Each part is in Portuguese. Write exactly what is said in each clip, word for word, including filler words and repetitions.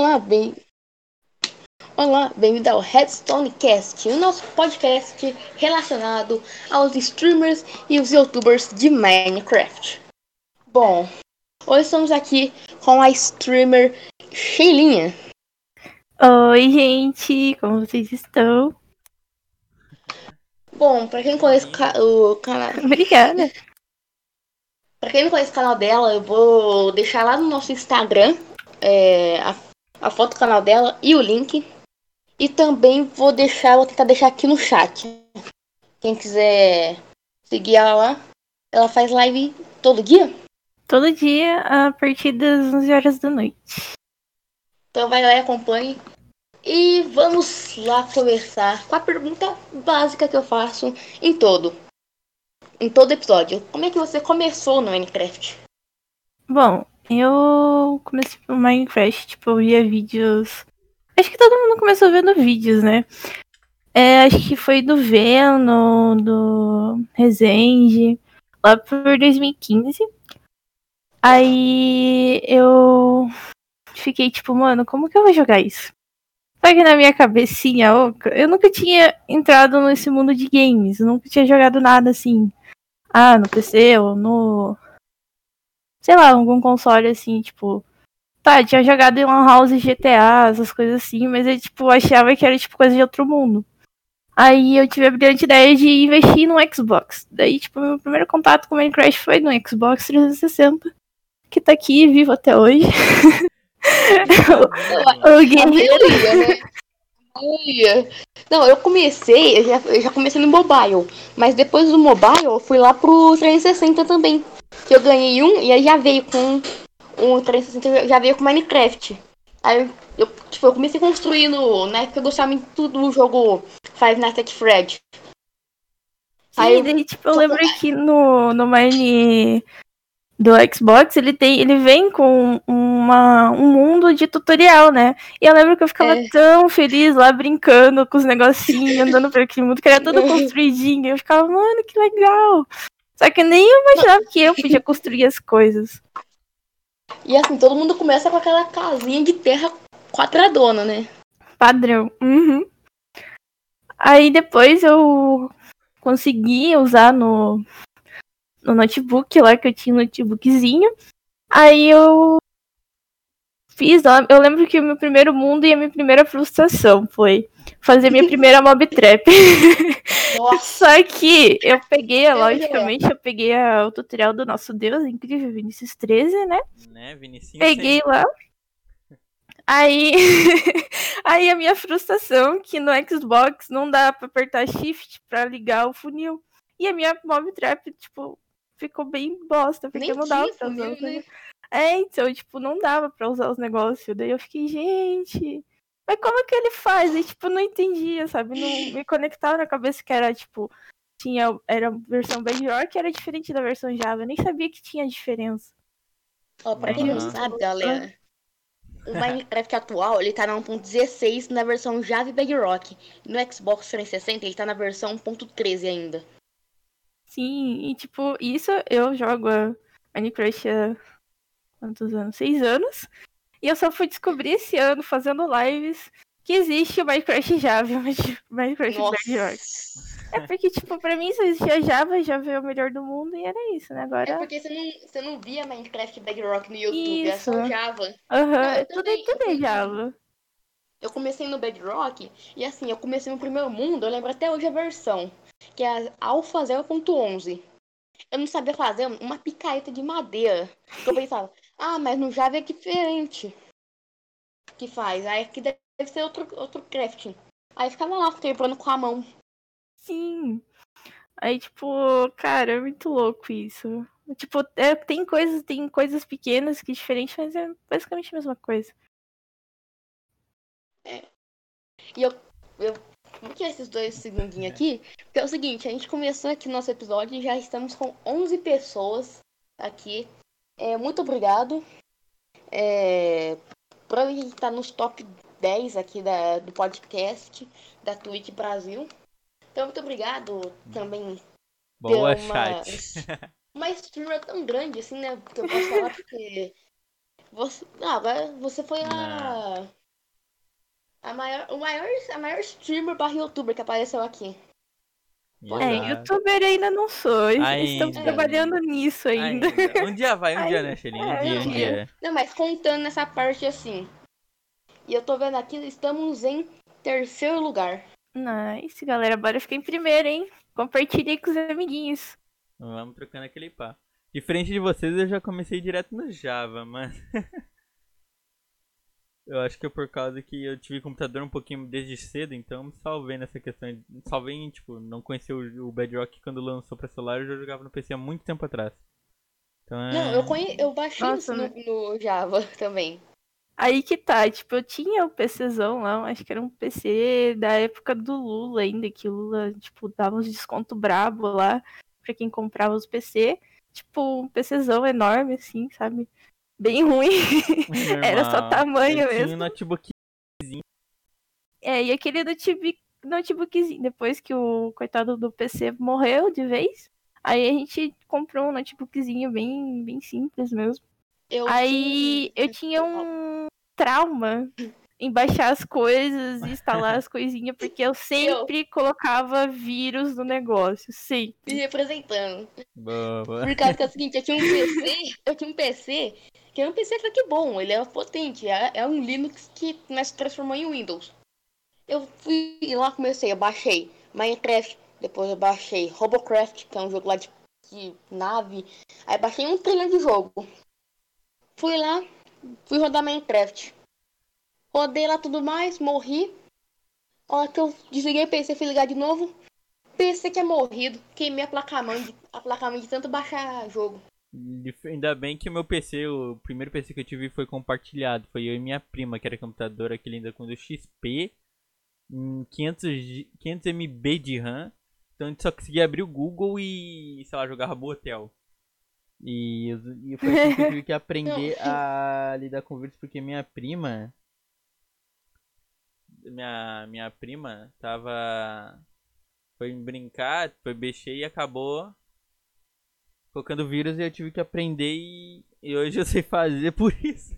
Olá, bem... Olá, bem-vindo ao Redstone Cast, o nosso podcast relacionado aos streamers e os youtubers de Minecraft. Bom, hoje estamos aqui com a streamer Sheilinha. Oi, gente, como vocês estão? Bom, pra quem não conhece ca- o canal... Obrigada. Pra quem não conhece o canal dela, eu vou deixar lá no nosso Instagram é, a, a foto do canal dela e o link. E também vou deixar, vou tentar deixar aqui no chat. Quem quiser seguir ela lá, ela faz live todo dia. Todo dia a partir das onze horas da noite. Então vai lá e acompanhe. E vamos lá conversar com a pergunta básica que eu faço em todo. Em todo episódio. Como é que você começou no Minecraft? Bom, eu comecei no Minecraft, tipo, eu via vídeos. Acho que todo mundo começou vendo vídeos, né? É, acho que foi do Venom, do Resende, lá por dois mil e quinze. Aí eu fiquei tipo, mano, como que eu vou jogar isso? Só que na minha cabecinha oca, eu nunca tinha entrado nesse mundo de games. Eu nunca tinha jogado nada assim. Ah, no P C ou no... sei lá, algum console assim, tipo... Tá, tinha jogado em Lan House, G T A, essas coisas assim, mas eu, tipo, achava que era, tipo, coisa de outro mundo. Aí eu tive a brilhante ideia de investir no Xbox. Daí, tipo, meu primeiro contato com Minecraft foi no Xbox trezentos e sessenta, que tá aqui, vivo até hoje. Está o, vivo. o guerreiro... Aleluia, né? Aleluia. Não, eu comecei, eu já, eu já comecei no mobile. Mas depois do mobile, eu fui lá pro trezentos e sessenta também. Que eu ganhei um e aí já veio com... Um trezentos e sessenta já veio com Minecraft. Aí eu, tipo, eu comecei construindo. Na época eu gostava muito do jogo Five Nights at Freddy. Aí Sim, eu. daí, tipo, eu lembro que no, no Mine do Xbox, ele tem, ele vem com uma, um mundo de tutorial, né? E eu lembro que eu ficava É, tão feliz lá brincando com os negocinhos, andando por aquele mundo que era todo construidinho. Eu ficava, mano, que legal. Só que nem eu imaginava que eu podia construir as coisas. e assim, todo mundo começa com aquela casinha de terra quadradona, né? Padrão. Uhum. Aí depois eu consegui usar no, no notebook lá, que eu tinha um notebookzinho. Aí eu fiz, eu lembro que o meu primeiro mundo e a minha primeira frustração foi fazer minha primeira mob trap. Nossa, Só que eu peguei, eu lembro. logicamente, eu peguei a, o tutorial do nosso Deus, incrível, Vinícius treze, né? Né, Vinicinho Peguei sempre. lá. Aí, aí a minha frustração que no Xbox não dá pra apertar shift pra ligar o funil. E a minha mob trap, tipo, ficou bem bosta, porque Nem não dava tinha pra usar funil, os né? negócios. É, então, tipo, não dava pra usar os negócios. Daí eu fiquei, gente, mas como que ele faz? E, tipo, não entendia, sabe? Não me conectava na cabeça que era, tipo, tinha, era a versão Bedrock, era diferente da versão Java. Eu nem sabia que tinha diferença. Ó, pra quem Aí não eu, Aham. sabe, ah, galera, o Minecraft atual, ele tá na um ponto dezesseis na versão Java e Bedrock. No Xbox trezentos e sessenta, ele tá na versão um ponto treze ainda. sim, e tipo, isso eu jogo a Minecraft há quantos anos? Seis anos. E eu só fui descobrir esse ano, fazendo lives, que existe o Minecraft Java e o Minecraft Bedrock. Nossa. É porque, tipo, pra mim só existia Java, Java é o melhor do mundo e era isso, né? É Agora, porque você não, você não via Minecraft Bedrock no YouTube, é isso. só Java. Não, Aham, eu tudo, é- também. Eu, tudo é come... Java. eu comecei no Bedrock e assim, eu comecei no primeiro mundo, eu lembro até hoje a versão, que é a Alpha zero ponto onze. Eu não sabia fazer uma picareta de madeira. Porque eu pensava, ah, mas no Java é diferente que faz. Aí aqui deve ser outro, outro crafting. Aí ficava lá, quebrando com a mão. Sim. Aí, tipo, cara, é muito louco isso. Tipo, é, tem coisas, tem coisas pequenas que é diferente, mas é basicamente a mesma coisa. É. E eu, eu vou tirar esses dois segundinhos aqui, porque é o seguinte, a gente começou aqui no nosso episódio e já estamos com onze pessoas aqui. É, muito obrigado. É, provavelmente a gente tá nos top dez aqui da, do podcast da Twitch Brasil. Então, muito obrigado também ter Boa, uma, chat. uma streamer tão grande assim, né? Que eu posso falar, porque Você, ah, agora você foi Não. a. A maior, o maior, a maior streamer barra youtuber que apareceu aqui. É, Exato. youtuber ainda não sou. Estamos Ainda, trabalhando ainda. nisso ainda. Ainda. Um dia vai, um dia, né, Ainda. Shelly? Um É, dia, um um Não, dia. dia. não, mas contando nessa parte assim. E eu tô vendo aqui, estamos em terceiro lugar. Nice, galera. Bora ficar em primeiro, hein? Compartilhei com os amiguinhos. Vamos trocando aquele papo. Diferente de vocês, eu já comecei direto no Java, mas. Eu acho que é por causa que eu tive computador um pouquinho desde cedo, então me salvei nessa questão. de- Salvei em, tipo, não conheci o, o Bedrock quando lançou pra celular, eu já jogava no P C há muito tempo atrás. Então Não, eu, é. conhe... eu baixei Nossa, no, no Java também. aí que tá, tipo, eu tinha o PCzão lá, acho que era um P C da época do Lula ainda, que o Lula, tipo, dava uns desconto brabo lá pra quem comprava os P C. Tipo, um PCzão enorme, assim, sabe? Bem ruim. É Era só normal. Eu tamanho tinha um mesmo. notebook. É, e aquele notebook, notebookzinho, depois que o coitado do P C morreu de vez, aí a gente comprou um notebookzinho bem, bem simples mesmo. Eu tinha. Aí eu tinha um trauma em baixar as coisas e instalar as coisinhas, porque eu Eu sempre colocava vírus no negócio, me sempre. representando. Boa. Por causa que é o seguinte, eu tinha um P C, eu tinha um P C, que era um P C até que bom, ele era potente, é, é um Linux que né, se transformou em Windows. Eu fui lá, comecei, eu baixei Minecraft, depois eu baixei Robocraft, que é um jogo lá de, de nave, aí baixei um trilhão de jogo. Fui lá, fui rodar Minecraft. Rodei lá tudo mais, morri. A hora que eu desliguei o P C, fui ligar de novo. P C que é morrido, queimei a placa-mãe de, a placa-mãe de tanto baixar jogo. Dif- Ainda bem que o meu P C, o primeiro P C que eu tive foi compartilhado. Foi eu e minha prima, que era computador, aquele ainda com do X P, hum, quinhentos, G- quinhentos megabytes de RAM. Então a gente só conseguia abrir o Google e, sei lá, jogar Rabotel. E, eu- e foi assim que eu tive que Não, aprender a lidar com vírus, porque minha prima, minha, minha prima tava, foi brincar, foi mexer e acabou colocando vírus e eu tive que aprender e, e hoje eu sei fazer por isso.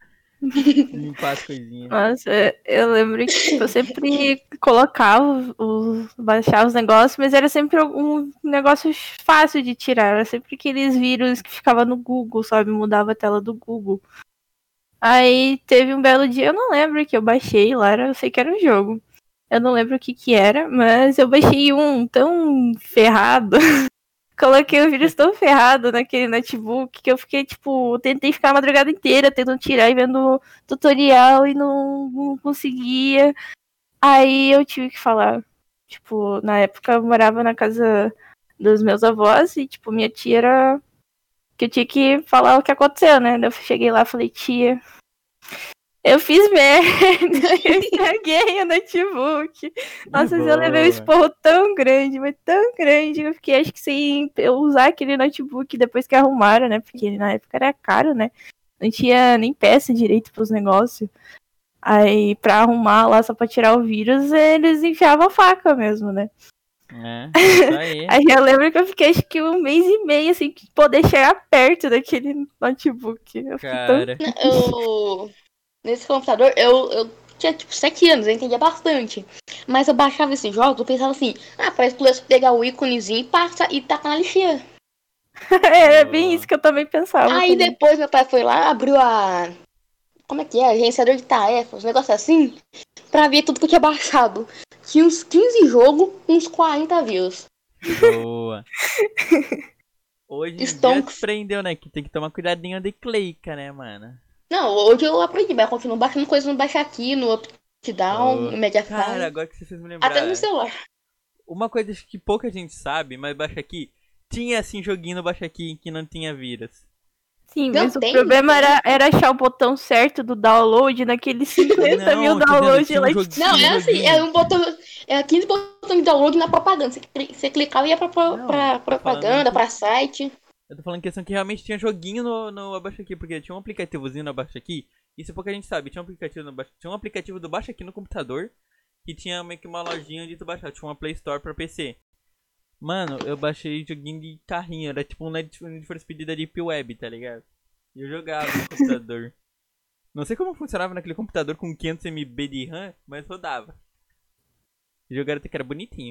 Limpar as coisinhas. Nossa, eu lembro que tipo, eu sempre colocava os, os- baixava os negócios, mas era sempre um negócio fácil de tirar. Era sempre aqueles vírus que ficava no Google, sabe? Mudava a tela do Google. Aí teve um belo dia, eu não lembro que eu baixei lá, era- eu sei que era um jogo. Eu não lembro o que que era, mas eu baixei um tão ferrado. Coloquei o vírus tão ferrado naquele notebook que eu fiquei, tipo, tentei ficar a madrugada inteira tentando tirar e vendo tutorial e não, não conseguia. Aí eu tive que falar. Tipo, na época eu morava na casa dos meus avós e, tipo, minha tia era. Que eu tinha que falar o que aconteceu, né? Daí eu cheguei lá e falei, tia, eu fiz merda, eu estraguei o notebook. Que Nossa, mas eu levei um boa. esporro tão grande, mas tão grande. Eu fiquei, acho que sem eu usar aquele notebook depois que arrumaram, né? Porque na época era caro, né? Não tinha nem peça direito pros negócios. Aí, pra arrumar lá, só pra tirar o vírus, eles enfiavam a faca mesmo, né? É, isso aí. Aí eu lembro que eu fiquei, acho que um mês e meio, assim, que poder chegar perto daquele notebook. Eu fiquei tão... Cara, eu. Nesse computador, eu, eu tinha tipo sete anos, eu entendia bastante. Mas eu baixava esses jogos, eu pensava assim, ah, parece que eu ia pegar o íconezinho e, passa, e tacar na lixeira. É bem isso boa. que eu também pensava Aí também. depois meu pai foi lá, abriu a. Como é que é? Gerenciador de tarefas, um negócio assim, pra ver tudo que eu tinha baixado. Tinha uns quinze jogos, uns quarenta views. Boa. Hoje em dia Stonks. aprendeu, né? Que tem que tomar cuidadinho de clica, né, mano? Não, hoje eu aprendi, mas eu continuo baixando coisas no Baixa Aqui, no Updown, Boa. no Cara, Mediafire, agora que você fez me até no lembrar. celular. Uma coisa que pouca gente sabe, mas baixa aqui. Tinha assim joguinho no baixa aqui que não tinha vírus. Sim, Não, mas o tem, problema tem. era, era achar o botão certo do download naqueles cinquenta mil Não, tô dizendo, downloads tinha um, lá que jogu Não, tinha um é tinha. assim, é joguinho. um botão. É quinze botões de download na propaganda. Você, cli- você clicava e ia pra, pro- Não, pra tô falando em propaganda, que. pra site. Eu tô falando em questão que realmente tinha joguinho no, no Abaixa Aqui, porque tinha um aplicativozinho no Abaixa Aqui. Isso pouca gente sabe. Tinha um aplicativo no Abaixa, tinha um aplicativo do Baixa Aqui no computador. Que tinha meio que uma lojinha onde tu baixava. Tinha uma Play Store pra P C. Mano, eu baixei joguinho de carrinho. Era tipo um Need Need for Speed da Deep Web, tá ligado? E eu jogava no computador. Não sei como funcionava naquele computador com quinhentos megabytes de RAM, mas rodava. O jogo era até que era bonitinho.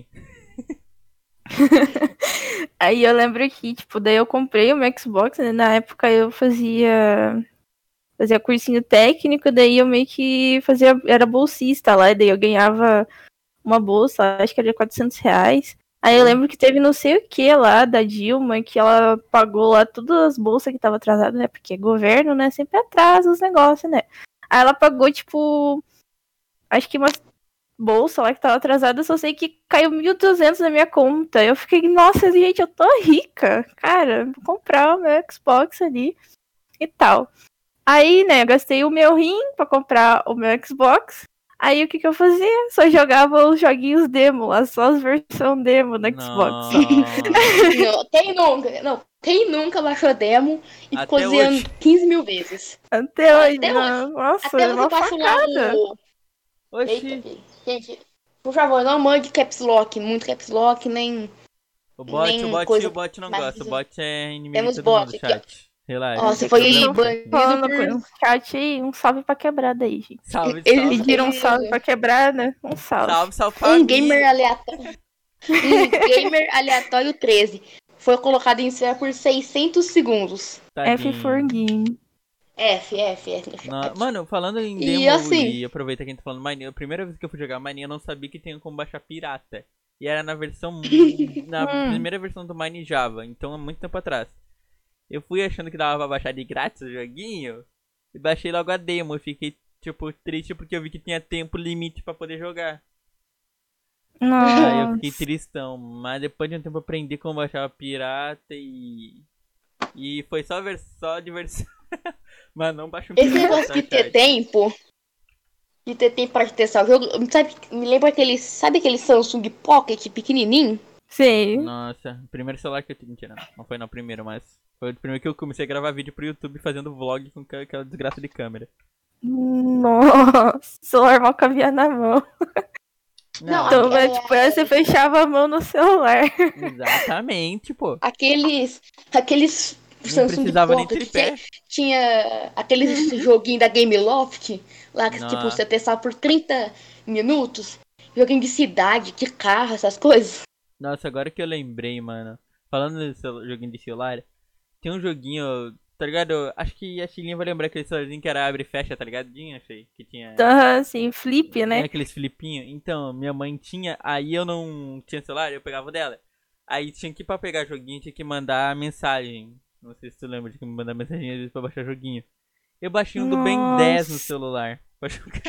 Aí eu lembro que, tipo, daí eu comprei o meu Xbox, né? Na época eu fazia fazia cursinho técnico, daí eu meio que fazia, era bolsista lá, e daí eu ganhava uma bolsa, acho que era quatrocentos reais. Aí eu lembro que teve não sei o que lá da Dilma, que ela pagou lá todas as bolsas que tava atrasadas, né? Porque governo, né, sempre atrasa os negócios, né? Aí ela pagou, tipo, acho que umas bolsa lá que tava atrasada, eu só sei que caiu mil e duzentos na minha conta. Eu fiquei, nossa, gente, eu tô rica. Cara, vou comprar o meu Xbox ali e tal. Aí, né, eu gastei o meu rim pra comprar o meu Xbox. Aí o que que eu fazia? Só jogava os joguinhos demo lá, só as versões demo no Xbox. Não, quem nunca? Não, quem nunca baixou demo e ficou Até zerando hoje. quinze mil vezes? Até hoje, Até não. hoje. Nossa, Até é você uma baixa lá facada. o. Eita, Oxi. filho. Gente, por favor, não mande caps lock, muito caps lock, nem. O bot, o nem bot, coisa o bot não mais gosta. O difícil. bot é inimigo Temos de todo mundo, bot aqui, ó. chat. Relaxa. Ó, não você tem foi problema. banido Falando por. com o chat aí, um salve pra quebrada aí, gente. Salve, Ele- salve. Pediram um ele- salve pra quebrada, um salve. Salve, salve Um família. gamer aleatório. Um gamer aleatório treze. Foi colocado em espera por seiscentos segundos. F Tadinho. for game. F, F, F no chat. Na- Mano, falando em E demo assim- e aproveita que a gente tá falando Mine, a primeira vez que eu fui jogar Mine eu não sabia que tinha como baixar pirata. E era na versão. na Hum. primeira versão do Mine Java, então há muito tempo atrás. Eu fui achando que dava pra baixar de grátis o joguinho. E baixei logo a demo. Eu fiquei, tipo, triste porque eu vi que tinha tempo limite pra poder jogar. Aí eu fiquei Nossa. tristão. Mas depois de um tempo eu aprendi como baixar pirata e. E foi só, vers... só diversão. Mas não baixa um Esse pirata, negócio de ter chat. tempo. De ter tempo pra testar o jogo. Sabe, me lembra aquele. Sabe aquele Samsung Pocket pequenininho? Sei. Nossa, o primeiro celular que eu tive. Mentira, não. Não foi não, primeiro, mas. Foi o primeiro que eu comecei a gravar vídeo pro YouTube fazendo vlog com aquela desgraça de câmera. Nossa, o celular mal cabia na mão. Não, Então, é- é, tipo, aí você fechava a mão no celular. Exatamente, pô. Aqueles. Aqueles. Não Samsung precisava nem Pocket que tripé. tinha aqueles joguinho da Game Loft. Lá que, tipo, Nossa. você testava por trinta minutos. Joguinho de cidade, de carro, essas coisas. Nossa, agora que eu lembrei, mano. Falando desse celu- joguinho de celular, tem um joguinho, tá ligado? Acho que a Chilinha vai lembrar aquele celularzinho que era abre e fecha, tá ligadinho, achei? Que tinha. Então, assim, flip, Né, né? aqueles flipinhos. Então, minha mãe tinha, aí eu não tinha celular, eu pegava o dela. Aí tinha que, pra pegar joguinho, tinha que mandar mensagem. Não sei se tu lembra de que me mandar mensagem às vezes pra baixar joguinho. Eu baixei um do Ben dez no Nossa. celular. Pra jogar.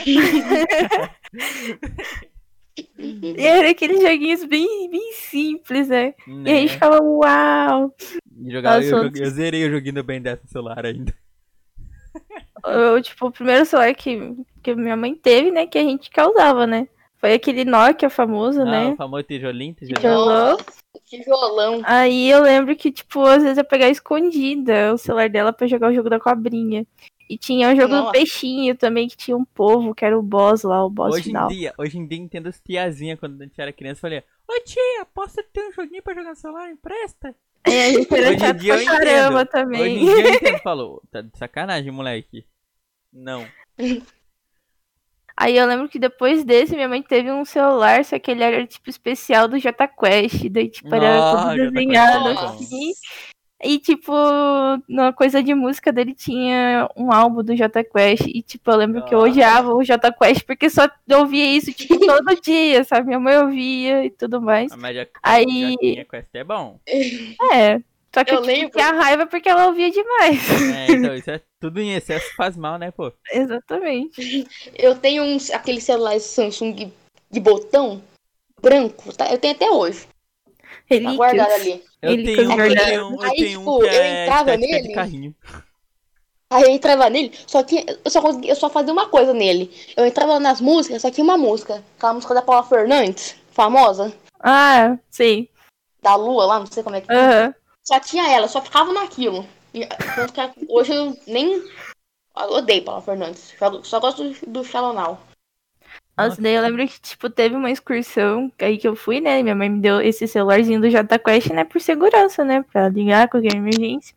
E era aqueles joguinhos bem, bem simples, né? E a gente Né? ficava, uau! E jogava, eu, Nossa, joguei- eu zerei o joguinho do Ben dez no celular ainda. Eu, tipo, o primeiro celular que, que minha mãe teve, né? Que a gente causava, né? Foi aquele Nokia famoso, Ah, né? o famoso tijolinho, tijolinho. Tijolão. Nossa, tijolão. Aí eu lembro que, tipo, às vezes eu pegava escondida o celular dela pra jogar o jogo da cobrinha. E tinha o jogo do Nossa. peixinho também, que tinha um povo, que era o boss lá, o boss Hoje em final. dia, hoje em dia entendo as tiazinhas quando a gente era criança. Falei, ô tia, posso ter um joguinho pra jogar no celular? Empresta? É, a gente era Hoje em chato dia eu pra caramba entendo. também. Hoje em dia eu entendo. Falou, tá de sacanagem, moleque. Não. Aí eu lembro que depois desse, minha mãe teve um celular, só que ele era tipo especial do Jota Quest, daí tipo era Nossa, todo Jota Quest desenhado era bom. assim. E tipo, na coisa de música dele tinha um álbum do Jota Quest, e tipo, eu lembro que eu Nossa. odiava o Jota Quest porque só eu ouvia isso tipo todo dia, sabe? Minha mãe ouvia e tudo mais. A média Aí- Jotinha Quest é bom. É, só que Eu eu, tipo, lembro. tinha raiva porque ela ouvia demais. É, então, isso é tudo em excesso faz mal, né, pô? Exatamente. Eu tenho uns, aquele celular Samsung de botão branco, tá? Eu tenho até hoje. Tá guardado Relíquias. ali. Eu Ele tenho, um- eu guardado. tenho, um- eu Aí, tenho tipo, um que eu é entrava estética de nele. carrinho. Aí eu entrava nele, só que eu só, consegui- eu só fazia uma coisa nele. Eu entrava nas músicas, só tinha uma música. Aquela música da Paula Fernandes, famosa, Ah, sei. da Lua lá, não sei como é que é. Aham. Só tinha ela, só ficava naquilo. E, tanto que hoje eu nem. Eu odeio Paula Fernandes. Só, só gosto do, do Shallow Now. Nossa, daí eu lembro que, tipo, teve uma excursão aí que eu fui, né? Minha mãe me deu esse celularzinho do Jota Quest, né? Por segurança, né? Pra ligar qualquer emergência.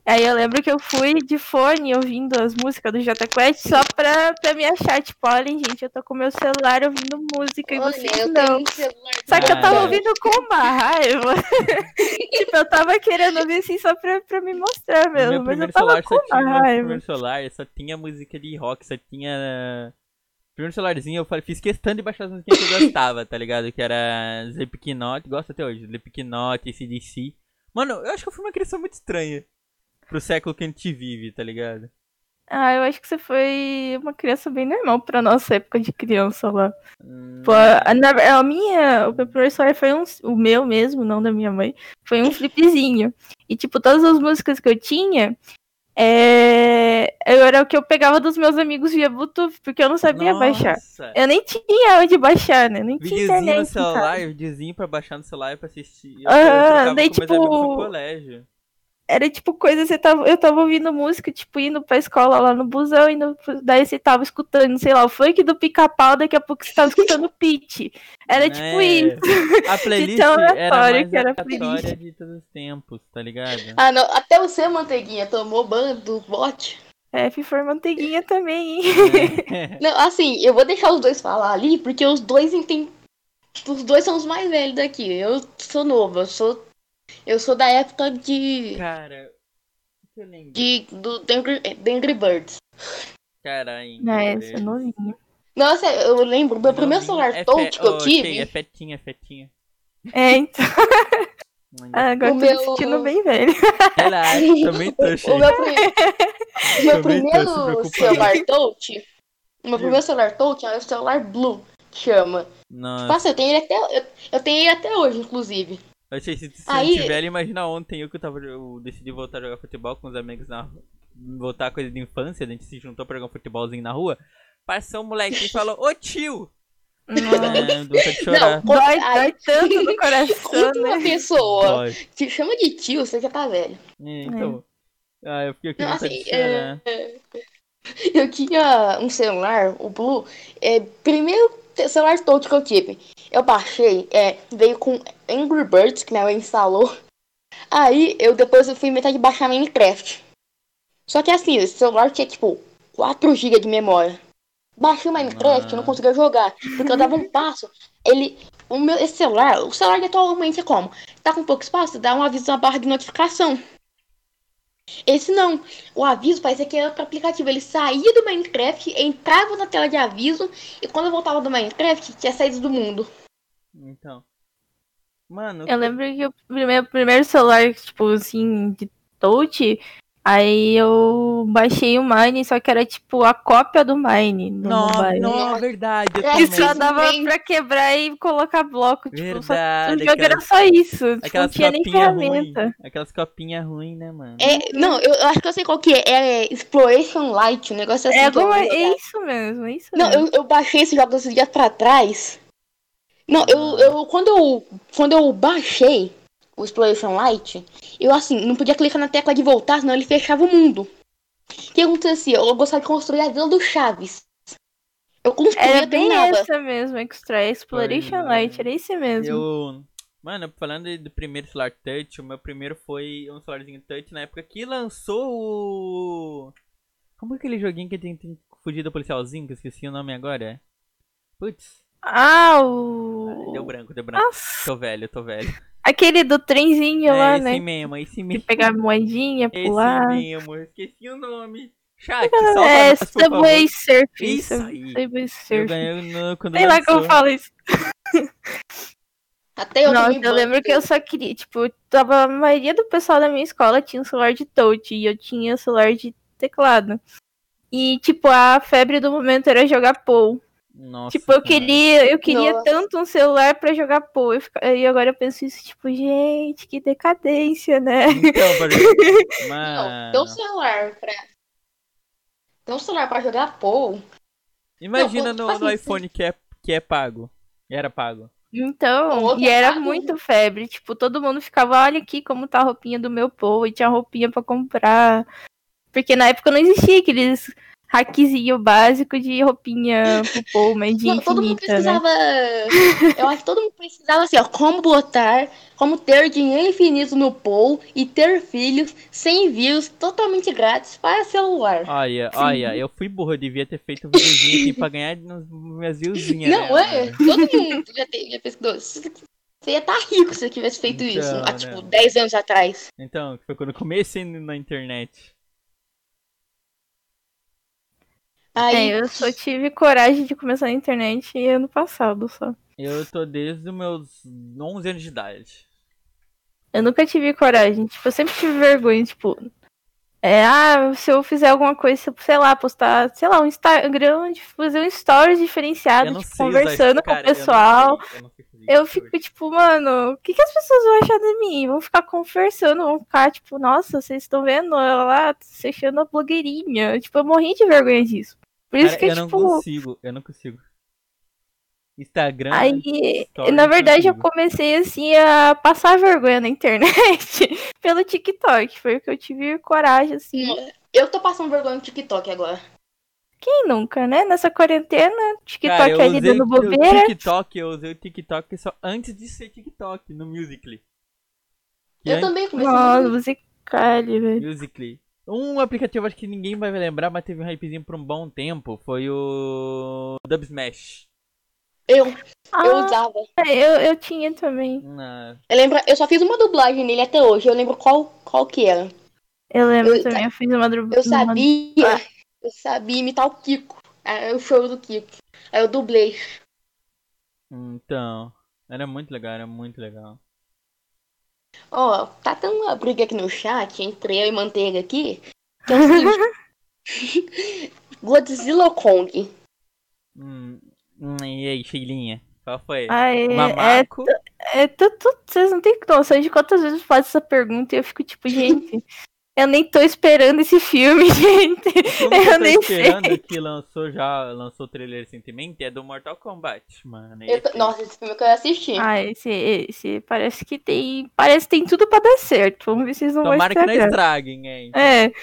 Aí eu lembro que eu fui de fone ouvindo as músicas do Jota Quest só pra, pra me achar, tipo, olha, gente, eu tô com meu celular ouvindo música e Olha, vocês eu não. tenho um celular Só que eu tava Cara. ouvindo com uma raiva. Tipo, eu tava querendo ouvir assim só pra, pra me mostrar No mesmo, meu mas eu primeiro tava celular com só tinha. uma No meu raiva. primeiro celular só tinha música de rock, só tinha. Primeiro celularzinho eu falei, fiz questão de baixar as músicas que eu gostava, tá ligado? Que era Slipknot, gosto até hoje, Slipknot, A C D C. Mano, eu acho que eu fui uma criação muito estranha pro século que a gente vive, tá ligado? Ah, eu acho que você foi uma criança bem normal pra nossa época de criança lá. Hum, Pô, a, na- a minha, o meu primeiro celular foi um, o meu mesmo, não da minha mãe, foi um flipzinho. E, tipo, todas as músicas que eu tinha, é, eu era o que eu pegava dos meus amigos via Bluetooth, porque eu não sabia baixar. Nossa! Eu nem tinha onde baixar, né? Nem tinha Videozinho no internet em casa. celular, videozinho pra baixar no celular pra assistir. Eu, Aham, eu trocava daí, com meus amigos no tipo, colégio. era tipo coisa, você tava, eu tava ouvindo música, tipo, indo pra escola lá no busão, indo, daí você tava escutando, sei lá, o funk do Pica-Pau, daqui a pouco você tava escutando Pitty. Era tipo É, isso. a playlist tão era aleatório mais que era a aleatória playlist. de todos os tempos, tá ligado? Ah, não. Até você, Manteiguinha, tomou banho do bot. F for manteiguinha também, hein? É. Não, assim, eu vou deixar os dois falar ali, porque os dois entendem. Os dois são os mais velhos daqui. Eu sou novo, eu sou. Eu sou da época de. Cara, o que eu lembro? de do The Angry, The Angry Birds. Caralho, É, esse é novinho. Nossa, eu lembro, meu primeiro novinho. celular É touch fe... que eu oh, tive. cheio, é fetinha, é fetinha. É, então. Ah, agora O tô meu- me sentindo bem velho. Relaxa, também tô O cheio. meu, pri- o meu Também tô, se primeiro preocupa celular não. touch. O meu primeiro celular touch é o celular Blue, que chama. Tipo assim, Nossa, eu tenho ele até, eu, eu tenho ele até hoje, inclusive. eu achei se, se Aí- não tiver, imagina ontem eu que eu tava. Eu decidi voltar a jogar futebol com os amigos na rua. Voltar a coisa de infância, a gente se juntou pra jogar um futebolzinho na rua. Passou um moleque e falou, ô tio! Nossa. É, dou vontade de chorar. Não, Dói, Ai. dói tanto no coração, Quando uma né? pessoa Dói. te chama de tio, você já tá velho. É, então. Ah, eu fiquei eu fiquei Não, com vontade assim, de chorar. é, eu tinha um celular, o Blue, é, primeiro te- celular touch que eu tive. Eu baixei, é, veio com Angry Birds, que minha mãe instalou. Aí, eu depois eu fui inventar de baixar Minecraft. Só que assim, esse celular tinha, tipo, quatro gigas de memória. Baixei o Minecraft, eu não Ah. conseguia jogar, porque eu dava um passo. Ele, o meu, esse celular, o celular que atualmente é como? Tá com pouco espaço, dá um aviso na barra de notificação. Esse não, o aviso parece que era para aplicativo. Ele saía do Minecraft, entrava na tela de aviso, e quando eu voltava do Minecraft, tinha saído do mundo. Então. Mano, Eu lembro que o primeiro, primeiro celular, tipo, assim, de touch, aí eu baixei o Mine, só que era, tipo, a cópia do Mine no Não, mobile. não, verdade, eu É, Que também. só dava Também. pra quebrar e colocar bloco, tipo, só, o Verdade, jogo era aquelas- só isso, tipo, não Aquelas tinha nem copinhas ruins. ferramenta. Aquelas copinhas ruins, né, mano? É, não, eu, eu acho que eu sei qual que é. É Exploration Light, um negócio assim É, que eu alguma, vou é jogar. isso mesmo, é isso Não, mesmo. eu, eu baixei esse jogo esses dias pra trás. Não, eu, eu, quando eu quando eu baixei o Exploration Light, eu assim, não podia clicar na tecla de voltar, senão ele fechava o mundo. O que acontecia? Eu gostava de construir a vila do Chaves. Eu construía, Era eu bem terminava. essa mesmo, Extra Exploration Pois é. Light, era esse mesmo. Eu. Mano, falando de- do primeiro celular touch, o meu primeiro foi um celularzinho touch na época que lançou o. Como é aquele joguinho que tem, tem que fugir do policialzinho, que eu esqueci o nome agora? Putz, Ah, o... deu branco, deu branco. Nossa, Tô velho, tô velho. aquele do trenzinho É lá, esse né? mesmo, esse De mesmo. pegar moedinha, Esse pular. mesmo, eu esqueci o nome. Chat, salva É, nós, por favor. Subway Surf. Isso Sub- aí. Subway Eu Surf. ganhei no, quando Sei lá como lançou. fala isso. Até eu Nossa, tomei eu banho. lembro que eu só queria, tipo, tava, a maioria do pessoal da minha escola tinha um celular de touch e eu tinha celular de teclado. E, tipo, a febre do momento era jogar Pou. Nossa, Tipo, eu cara. queria, eu queria Nossa. tanto um celular pra jogar Pou. Eu fica- E agora eu penso isso, tipo, gente, que decadência, né? Então, por exemplo, Não, tem um mano. celular pra. Tem um celular pra jogar Pou. Imagina Não, tipo no, no assim, iPhone que é, que é pago. Era pago. Então, Outro e era pago. muito febre. Tipo, todo mundo ficava, olha aqui como tá a roupinha do meu Pou. E tinha roupinha pra comprar. Porque na época não existia aqueles hackzinho básico de roupinha pro Paul, mas de Não, todo mundo infinita, né? precisava. Eu acho que todo mundo precisava assim, ó, como botar, como ter dinheiro infinito no Paul e ter filhos sem views totalmente grátis para celular. Olha, Sim. olha, eu fui burro, eu devia ter feito um videozinho assim pra ganhar nos minhas viewzinhas, Não, né? é? Todo mundo já, te, já pesquisou. Você ia estar rico se você tivesse feito Então, isso, há né? tipo dez anos atrás. Então, foi quando eu comecei na internet. Aí, É, eu só tive coragem de começar na internet ano passado só. Eu tô desde os meus onze anos de idade. Eu nunca tive coragem, tipo, eu sempre tive vergonha, tipo, é, ah, se eu fizer alguma coisa, sei lá, postar, sei lá, um Instagram, de fazer um stories Eu diferenciado, não tipo, sei usar conversando isso, com o cara, eu não pessoal. sei, eu não sei fazer Eu isso. fico tipo, mano, o que, que as pessoas vão achar de mim? Vão ficar conversando, vão ficar tipo, nossa, vocês estão vendo ela lá, se achando a blogueirinha. Tipo, eu morri de vergonha disso. Por isso Cara, que, eu não tipo, consigo, eu não consigo. Instagram, aí, stories, na verdade, eu consigo. comecei assim a passar vergonha na internet pelo TikTok. Foi o que eu tive coragem, assim. eu tô passando vergonha no TikTok agora. Quem nunca, né? Nessa quarentena, Cara, TikTok eu ali usei dando o bobeira. TikTok, eu usei o TikTok só antes de ser TikTok, no Musical.ly. Que Eu an- também comecei Nossa, a musicale, velho. Musical.ly. Um aplicativo acho que ninguém vai lembrar, mas teve um hypezinho por um bom tempo, foi o Dubsmash. Eu, eu Ah, usava. eu, eu tinha também. Na- Eu lembro, eu só fiz uma dublagem nele até hoje. Eu lembro qual, qual que era. Eu lembro Eu, também, eu fiz uma, dru- eu uma... sabia, eu sabia imitar o Kiko. Aí o show do Kiko. Aí eu dublei. Então, era muito legal, era muito legal. Ó, tá tendo uma briga aqui no chat entre eu e Manteiga aqui. Que é o seguinte. Godzilla ou Kong? Hum, hum, e aí, Sheilinha? Qual foi? Ai, é, Mamaco? é tudo, vocês não têm noção de quantas vezes faz essa pergunta e eu fico tipo, gente, eu nem tô esperando esse filme, gente. O filme que eu Eu tô nem esperando sei. que lançou já, lançou o trailer recentemente é do Mortal Kombat, mano. Eu tô- Esse, Nossa, esse filme eu quero assistir. Ah, esse, esse parece que tem. Parece que tem tudo pra dar certo. Vamos ver se eles não vão tomara que não estragar. estraguem, hein? Então. É.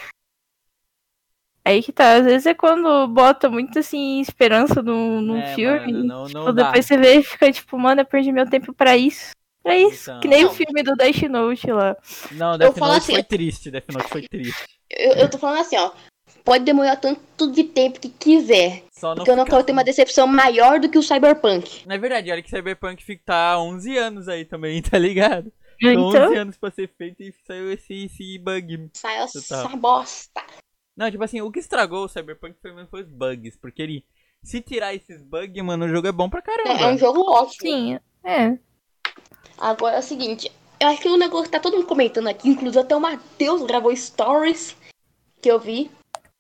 Aí que tá, às vezes é quando bota muito assim esperança num, num É, filme, mano, e, não, tipo, não dá. depois você vê e fica tipo, mano, eu perdi meu tempo pra isso. Pra isso. Então. Que nem o Não. filme do Death Note lá. Não, Eu Death falo Note assim- foi triste, Death Note foi triste. Eu, eu tô falando assim, ó. Pode demorar tanto de tempo que quiser. Só não Porque eu não fica- quero ter uma decepção maior do que o Cyberpunk. Na verdade, olha que Cyberpunk fica- tá há onze anos aí também, tá ligado? São Então, onze anos pra ser feito e saiu esse, esse bug. Sai Total. essa bosta. Não, tipo assim, o que estragou o Cyberpunk foi, foi os bugs, porque ele... Se tirar esses bugs, mano, o jogo é bom pra caramba. É, é um jogo ótimo. sim, é. Agora é o seguinte. Eu acho que o negócio que tá todo mundo comentando aqui, inclusive até o Matheus gravou stories que eu vi.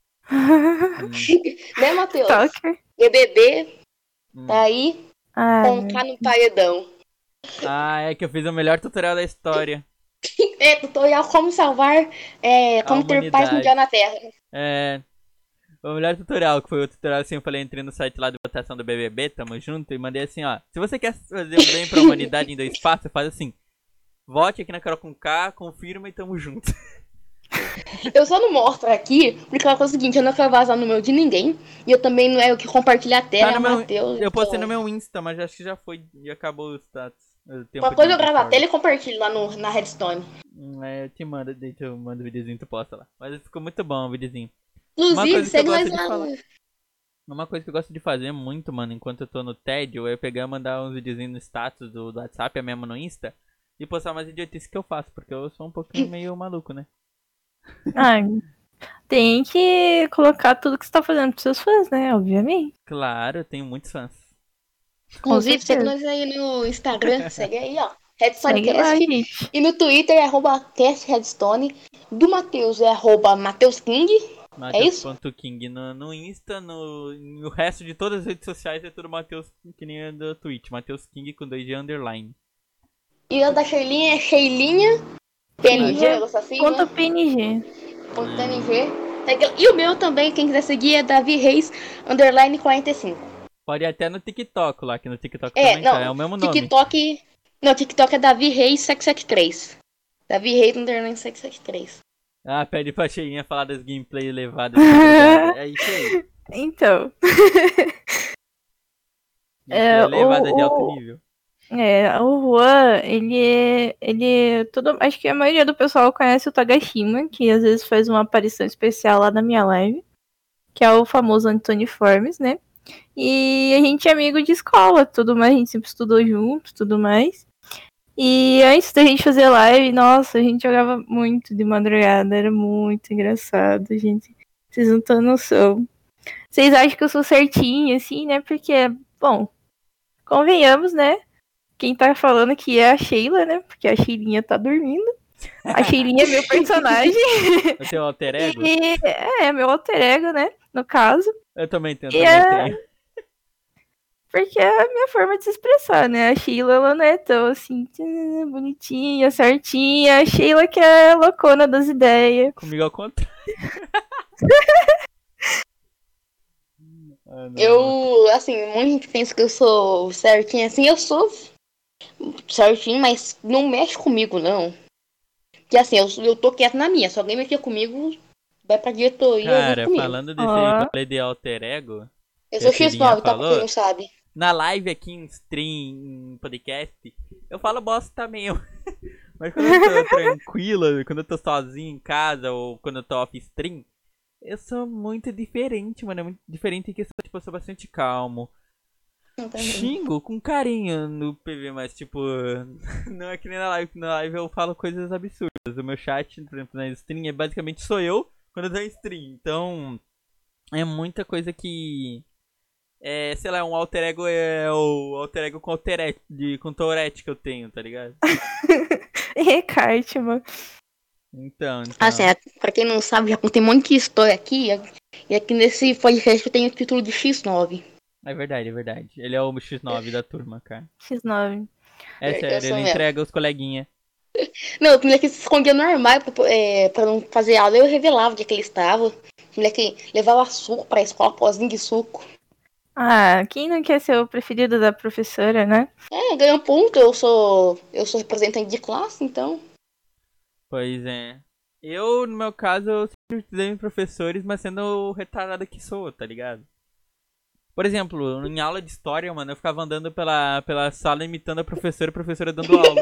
Né, Matheus? Stalker. B B B Hum. tá aí, Ah, contar no paredão. Ah, é que eu fiz o melhor tutorial da história. É, tutorial como salvar, é, como ter paz humanidade. mundial na Terra. É... O melhor tutorial, que foi o tutorial assim, eu falei, entrei no site lá de votação do B B B, tamo junto, e mandei assim, ó. Se você quer fazer o bem pra humanidade em dois passos, faz assim. Vote aqui na Carol com K, confirma e tamo junto. Eu só não mostro aqui, porque é o seguinte, eu não quero vazar no meu de ninguém. E eu também não é o que compartilha a tela, Tá é no o meu- Matheus. Eu postei então- no meu Insta, mas acho que já foi, já acabou o status. O tempo Uma coisa de eu gravo a story. tela e compartilho lá no, na Redstone. Hum, É, eu te mando, deixa eu mando o videozinho e tu posta lá. Mas ficou muito bom o videozinho. Uma Inclusive, coisa que eu segue nós gosto de lá falar. no... Uma coisa que eu gosto de fazer muito, mano, enquanto eu tô no tédio, é pegar e mandar uns videozinhos no status do, do WhatsApp, é mesmo no Insta, e postar umas idiotices que eu faço, porque eu sou um pouquinho meio maluco, né? ah, tem que colocar tudo que você tá fazendo pros seus fãs, né? Obviamente. Claro, eu tenho muitos fãs. Inclusive, segue certeza. nós aí no Instagram, segue aí, ó. Segue lá, RedstoneCast. gente. E no Twitter é arroba castredstone. Do Matheus é arroba MatheusKing. É isso? Matheus.king no, no Insta, no, no resto de todas as redes sociais é tudo Matheus, que nem é do Twitch. Matheus King com dois G underline. E o da Sheilinha é Sheilinha. P N G, negócio assim, Ponto né? P N G. Ponto P N G. Segue- E o meu também, quem quiser seguir, é Davi Reis, underline quarenta e cinco. Pode ir até no TikTok lá, que no TikTok É, também não, tá, é o mesmo nome. TikTok... Não, TikTok é Davi Reis setecentos e setenta e três. Davi Reis, underline setecentos e setenta e três. Ah, pede pra Cheinha falar das gameplay levadas. É isso aí. Então. Gameplay É, levada de alto o, nível. É, o Juan, ele é, ele é todo, acho que a maioria do pessoal conhece o Tagashima, que às vezes faz uma aparição especial lá na minha live, que é o famoso Anthony Formes, né? E a gente é amigo de escola, tudo mais, a gente sempre estudou junto, tudo mais. E antes da gente fazer live, nossa, a gente jogava muito de madrugada, era muito engraçado, gente. Vocês não têm noção. Vocês acham que eu sou certinha, assim, né? Porque, bom, convenhamos, né? Quem tá falando aqui é a Sheila, né? Porque a Sheilinha tá dormindo. A Sheilinha é meu personagem. O teu alter ego? E é, é meu alter ego, né? No caso. Eu também tenho, E também é... tenho. Porque é a minha forma de se expressar, né? A Sheila, ela não é tão assim, bonitinha, certinha. A Sheila que é loucona das ideias. Comigo ao contrário. Ah, Eu, assim, muita gente pensa que eu sou certinha, assim, eu sou certinho, mas não mexe comigo, não. Porque assim, eu, eu tô quieto na minha, se alguém mexer comigo, vai pra diretoria junto cara, comigo. falando desse Ó. rolê de alter ego, Eu que a sou X Cheirinha nove, tá? Pra quem falou, não sabe. na live aqui em stream, em podcast, eu falo bosta também. Eu... Mas quando eu tô tranquila, quando eu tô sozinho em casa ou quando eu tô off stream, eu sou muito diferente, mano. É muito diferente em questão, tipo, eu sou bastante calmo. Xingo com carinho no P V, mas tipo, não é que nem na live. Na live eu falo coisas absurdas. O meu chat, por exemplo, na stream, é basicamente sou eu quando eu tô em stream. Então, é muita coisa que. É, sei lá, um alter ego é o alter ego com, alter de, com Tourette que eu tenho, tá ligado? Recarte, mano. Então, então. Assim, é, pra quem não sabe, já contei um monte de história aqui. E aqui nesse podcast eu tenho o título de X nove. É verdade, é verdade. Ele é o X nove da turma, cara. X nove. É Eu sério, sou ele mesmo. entrega os coleguinha. Não, o moleque se escondia no armário pra, é, pra não fazer aula. Eu revelava onde é que ele estava. O moleque levava suco pra escola, pozinho de suco. Ah, quem não quer ser o preferido da professora, né? É, ganhou um ponto. Eu sou, eu sou representante de classe, então. Pois é. Eu, no meu caso, eu sempre estudei em professores, mas sendo o retardado que sou, tá ligado? Por exemplo, em aula de história, mano, eu ficava andando pela, pela sala imitando a professora e a professora dando aula.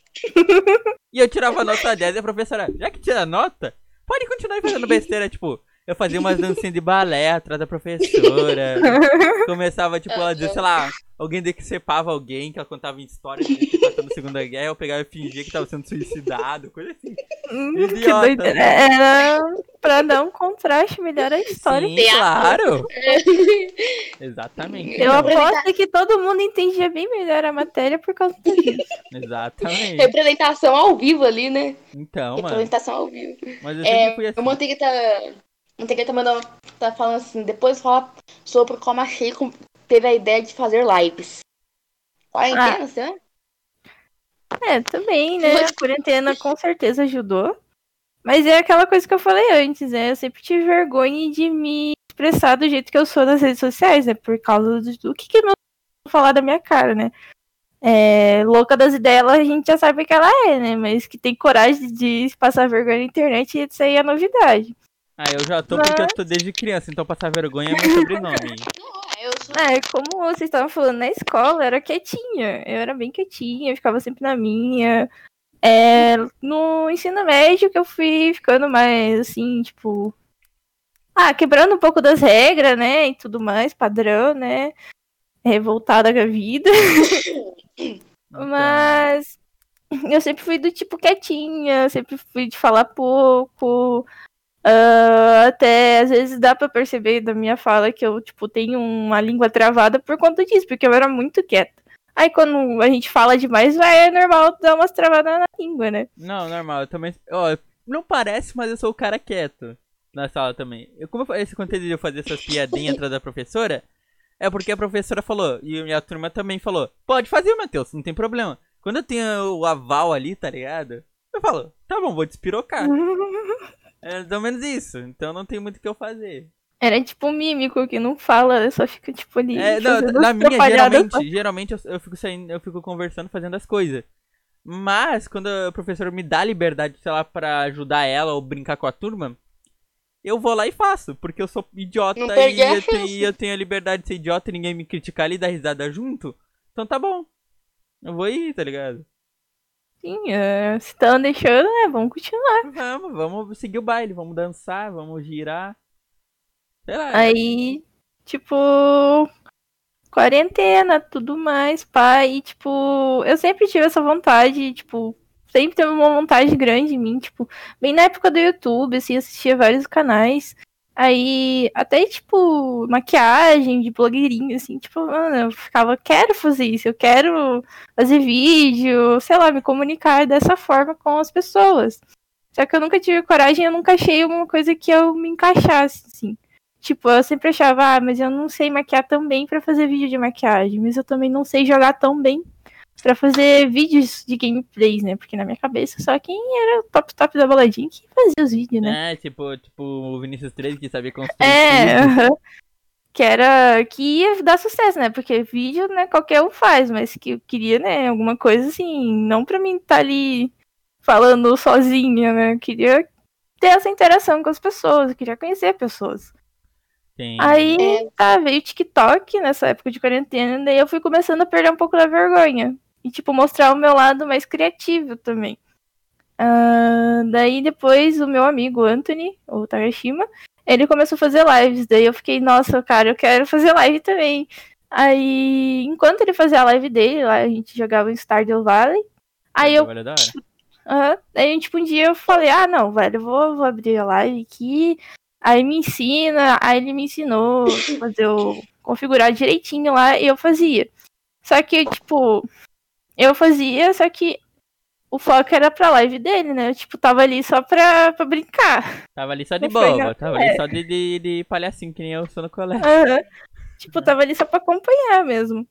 E eu tirava nota dez e a professora, já que tira nota, pode continuar fazendo besteira, tipo, eu fazia umas dancinhas de balé atrás da professora. Começava, tipo, ela dizer, sei lá, alguém decepava alguém, que ela contava em história de se passando na Segunda Guerra, eu pegava e fingia que tava sendo suicidado, coisa assim. Hum, Idiota, que doideira. né? Era pra dar um contraste melhor à história. Sim, claro. Exatamente. Eu Então. aposto que todo mundo entendia bem melhor a matéria por causa disso. Exatamente. Representação ao vivo ali, né? Então, mano. Representação ao vivo. Mas eu sempre É, fui assim. o Manteiga tá. Manteiga tá mandando. Tá falando assim, depois fala sobre como a Sheiko teve a ideia de fazer lives. Quarentena, você né? É, também, né? A quarentena com certeza ajudou. Mas é aquela coisa que eu falei antes, né? Eu sempre tive vergonha de me expressar do jeito que eu sou nas redes sociais, né? Por causa do, do que que meu falar da minha cara, né? É, louca das ideias, a gente já sabe que ela é, né? Mas que tem coragem de passar vergonha na internet, isso aí é novidade. Ah, eu já tô porque eu tô desde criança, então passar vergonha é meu sobrenome. Eu sou... É, como vocês estavam falando, na escola eu era quietinha. Eu era bem quietinha, eu ficava sempre na minha. É, no ensino médio que eu fui ficando mais assim, tipo. Ah, quebrando um pouco das regras, né? E tudo mais, padrão, né? Revoltada com a vida. Então, Mas eu sempre fui do tipo quietinha, sempre fui de falar pouco. Uh, até às vezes dá pra perceber da minha fala que eu, tipo, tenho uma língua travada por conta disso, porque eu era muito quieta. Aí quando a gente fala demais, vai, é normal dar umas travadas na língua, né? não, normal, eu também. Ó, não parece, mas eu sou o cara quieto na sala também. Eu, como eu falei, esse conteúdo de eu fazer essas piadinhas atrás da professora, é porque a professora falou, e a turma também falou, pode fazer, Matheus, não tem problema. Quando eu tenho o aval ali, tá ligado? Eu falo, tá bom, vou despirocar. É mais ou menos isso, então não tem muito o que eu fazer. Era tipo um mímico que não fala, só fica tipo ali. É, não, fazendo na as minha, atrapalhadas. geralmente, geralmente eu, eu fico saindo, eu fico conversando, fazendo as coisas. Mas, quando a professora me dá liberdade, sei lá, pra ajudar ela ou brincar com a turma, eu vou lá e faço, porque eu sou idiota Não e perdi a eu, tenho, chance. e eu tenho a liberdade de ser idiota e ninguém me criticar ali e dar risada junto. Então tá bom. Eu vou ir, tá ligado? Sim, é, se estão deixando, né? Vamos continuar. Vamos, vamos seguir o baile, vamos dançar, vamos girar. Sei lá. Aí, tipo, quarentena, tudo mais, pai. E, tipo, eu sempre tive essa vontade, tipo, sempre teve uma vontade grande em mim, tipo, bem na época do YouTube, assim, assistia vários canais. Aí, até, tipo, maquiagem de blogueirinha, assim, tipo, mano, eu ficava, quero fazer isso, eu quero fazer vídeo, sei lá, me comunicar dessa forma com as pessoas. Só que eu nunca tive coragem, eu nunca achei uma coisa que eu me encaixasse, assim. Tipo, eu sempre achava, ah, mas eu não sei maquiar tão bem pra fazer vídeo de maquiagem, mas eu também não sei jogar tão bem pra fazer vídeos de gameplays, né? Porque na minha cabeça só quem era o top top da baladinha que fazia os vídeos, né? É, tipo, tipo o Vinícius treze que sabia construir É, tudo. aham. Que era, que ia dar sucesso, né? Porque vídeo, né, qualquer um faz, mas que eu queria, né, alguma coisa assim, não pra mim estar ali falando sozinha, né? Eu queria ter essa interação com as pessoas, eu queria conhecer pessoas. Entendi. Aí, É, tá, veio o TikTok nessa época de quarentena, daí eu fui começando a perder um pouco da vergonha. E, tipo, mostrar o meu lado mais criativo também. Ah, daí depois o meu amigo Anthony, o Tagashima, ele começou a fazer lives. Daí eu fiquei, nossa, cara, eu quero fazer live também. Aí, enquanto ele fazia a live dele, lá a gente jogava em Stardew Valley. Aí eu, Olha da hora. Aham. Aí, tipo, um dia eu falei, ah, não, velho, eu vou, vou abrir a live aqui. Aí me ensina, aí ele me ensinou a fazer o configurar direitinho lá e eu fazia. Só que, tipo, eu fazia, só que o foco era pra live dele, né? Eu, tipo, tava ali só pra, pra brincar. Tava ali só de Não foi, boba, não. tava ali só de, de, de palhacinho, que nem eu sou no colégio. Aham. Tipo, tava ali só pra acompanhar mesmo.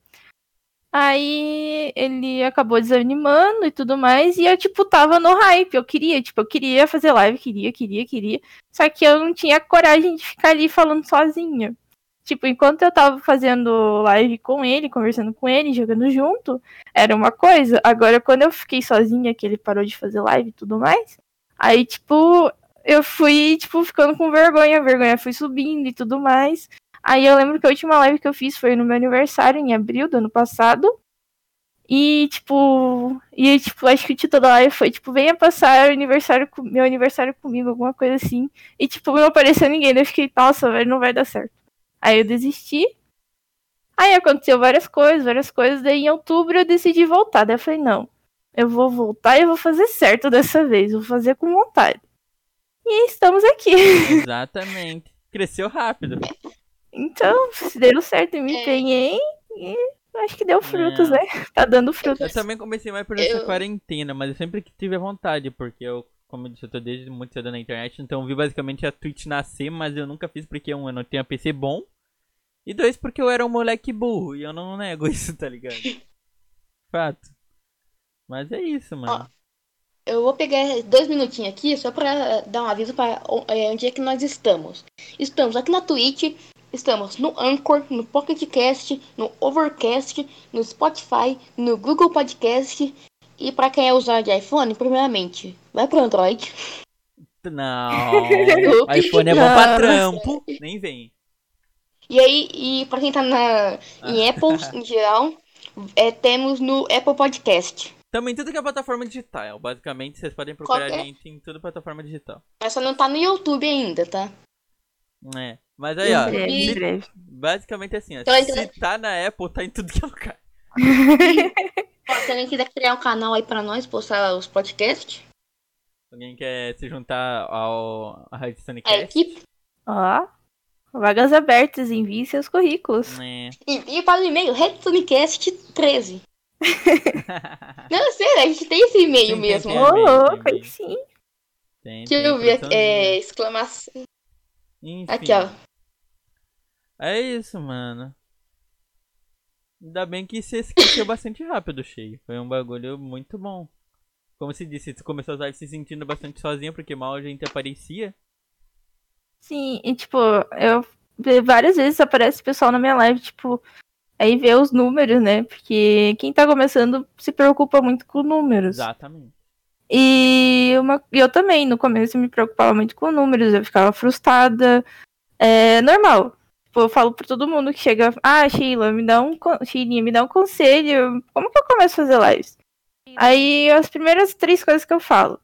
Aí ele acabou desanimando e tudo mais, e eu, tipo, tava no hype, eu queria, tipo, eu queria fazer live, queria, queria, queria, só que eu não tinha coragem de ficar ali falando sozinha. Tipo, enquanto eu tava fazendo live com ele, conversando com ele, jogando junto, era uma coisa. Agora, quando eu fiquei sozinha, que ele parou de fazer live e tudo mais, aí, tipo, eu fui, tipo, ficando com vergonha, a vergonha foi subindo e tudo mais. Aí eu lembro que a última live que eu fiz foi no meu aniversário, em abril do ano passado. E, tipo, e, tipo, acho que o título da live foi, tipo, venha passar o aniversário com, meu aniversário comigo, alguma coisa assim. E, tipo, não apareceu ninguém. Daí eu fiquei, nossa, velho, não vai dar certo. Aí eu desisti. Aí aconteceu várias coisas, várias coisas. Daí em outubro eu decidi voltar. Daí eu falei, não, eu vou voltar e eu vou fazer certo dessa vez. Vou fazer com vontade. E estamos aqui. Exatamente. Cresceu rápido. Então, se deu certo, eu me É. empenhei e acho que deu frutos, É. né? Tá dando Eu frutos. também comecei mais por essa Eu- quarentena, mas eu sempre que tive a vontade, porque eu, como eu disse, eu tô desde muito cedo na internet, então eu vi basicamente a Twitch nascer, mas eu nunca fiz porque, um, eu não tinha P C bom, e dois, porque eu era um moleque burro, e eu não nego isso, tá ligado? Fato. Mas é isso, mano. Eu vou pegar dois minutinhos aqui só pra dar um aviso para onde é que nós estamos. Estamos aqui na Twitch, estamos no Anchor, no Pocket Cast, no Overcast, no Spotify, no Google Podcast. E pra quem é usuário de iPhone, primeiramente, vai pro Android. Não. Desculpe. iPhone é bom pra Não. trampo, nem vem. E aí, e pra quem tá na, em Apple em geral, é, temos no Apple Podcast. Tamo em tudo que é plataforma digital. Basicamente, vocês podem procurar a Qualquer- gente em toda plataforma digital. Mas só não tá no YouTube ainda, tá? É. Mas aí, ó. Em breve, em se- breve. basicamente assim, ó. Então, Se então- tá na Apple, tá em tudo que é lugar. Ó, se alguém quiser criar um canal aí pra nós, postar os podcasts, Alguém quer se juntar ao a Rádio a Sonicast? equipe, Ó, vagas abertas, envie seus currículos. É. envie para o e-mail redsonicast treze. Não, sério, a gente tem esse e-mail Tem, tem, mesmo. tem. Ô, e-mail, louco, tem aí e-mail. sim. Tem, Deixa tem eu ver aqui, produçãozinha. é, exclamação. Enfim. Aqui, ó. É isso, mano. Ainda bem que você esqueceu bastante rápido, Cheio. Foi um bagulho muito bom. Como se disse, você começou a usar se sentindo bastante sozinha, porque mal a gente aparecia. Sim, e tipo, eu várias vezes aparece pessoal na minha live, tipo, Aí ver os números, né? Porque quem tá começando se preocupa muito com números. Exatamente. E uma, eu também, no começo, me preocupava muito com números, eu ficava frustrada. É normal. Tipo, eu falo pra todo mundo que chega, ah, Sheila, me dá um, Sheilinha, me dá um conselho, como que eu começo a fazer lives? Aí, as primeiras três coisas que eu falo.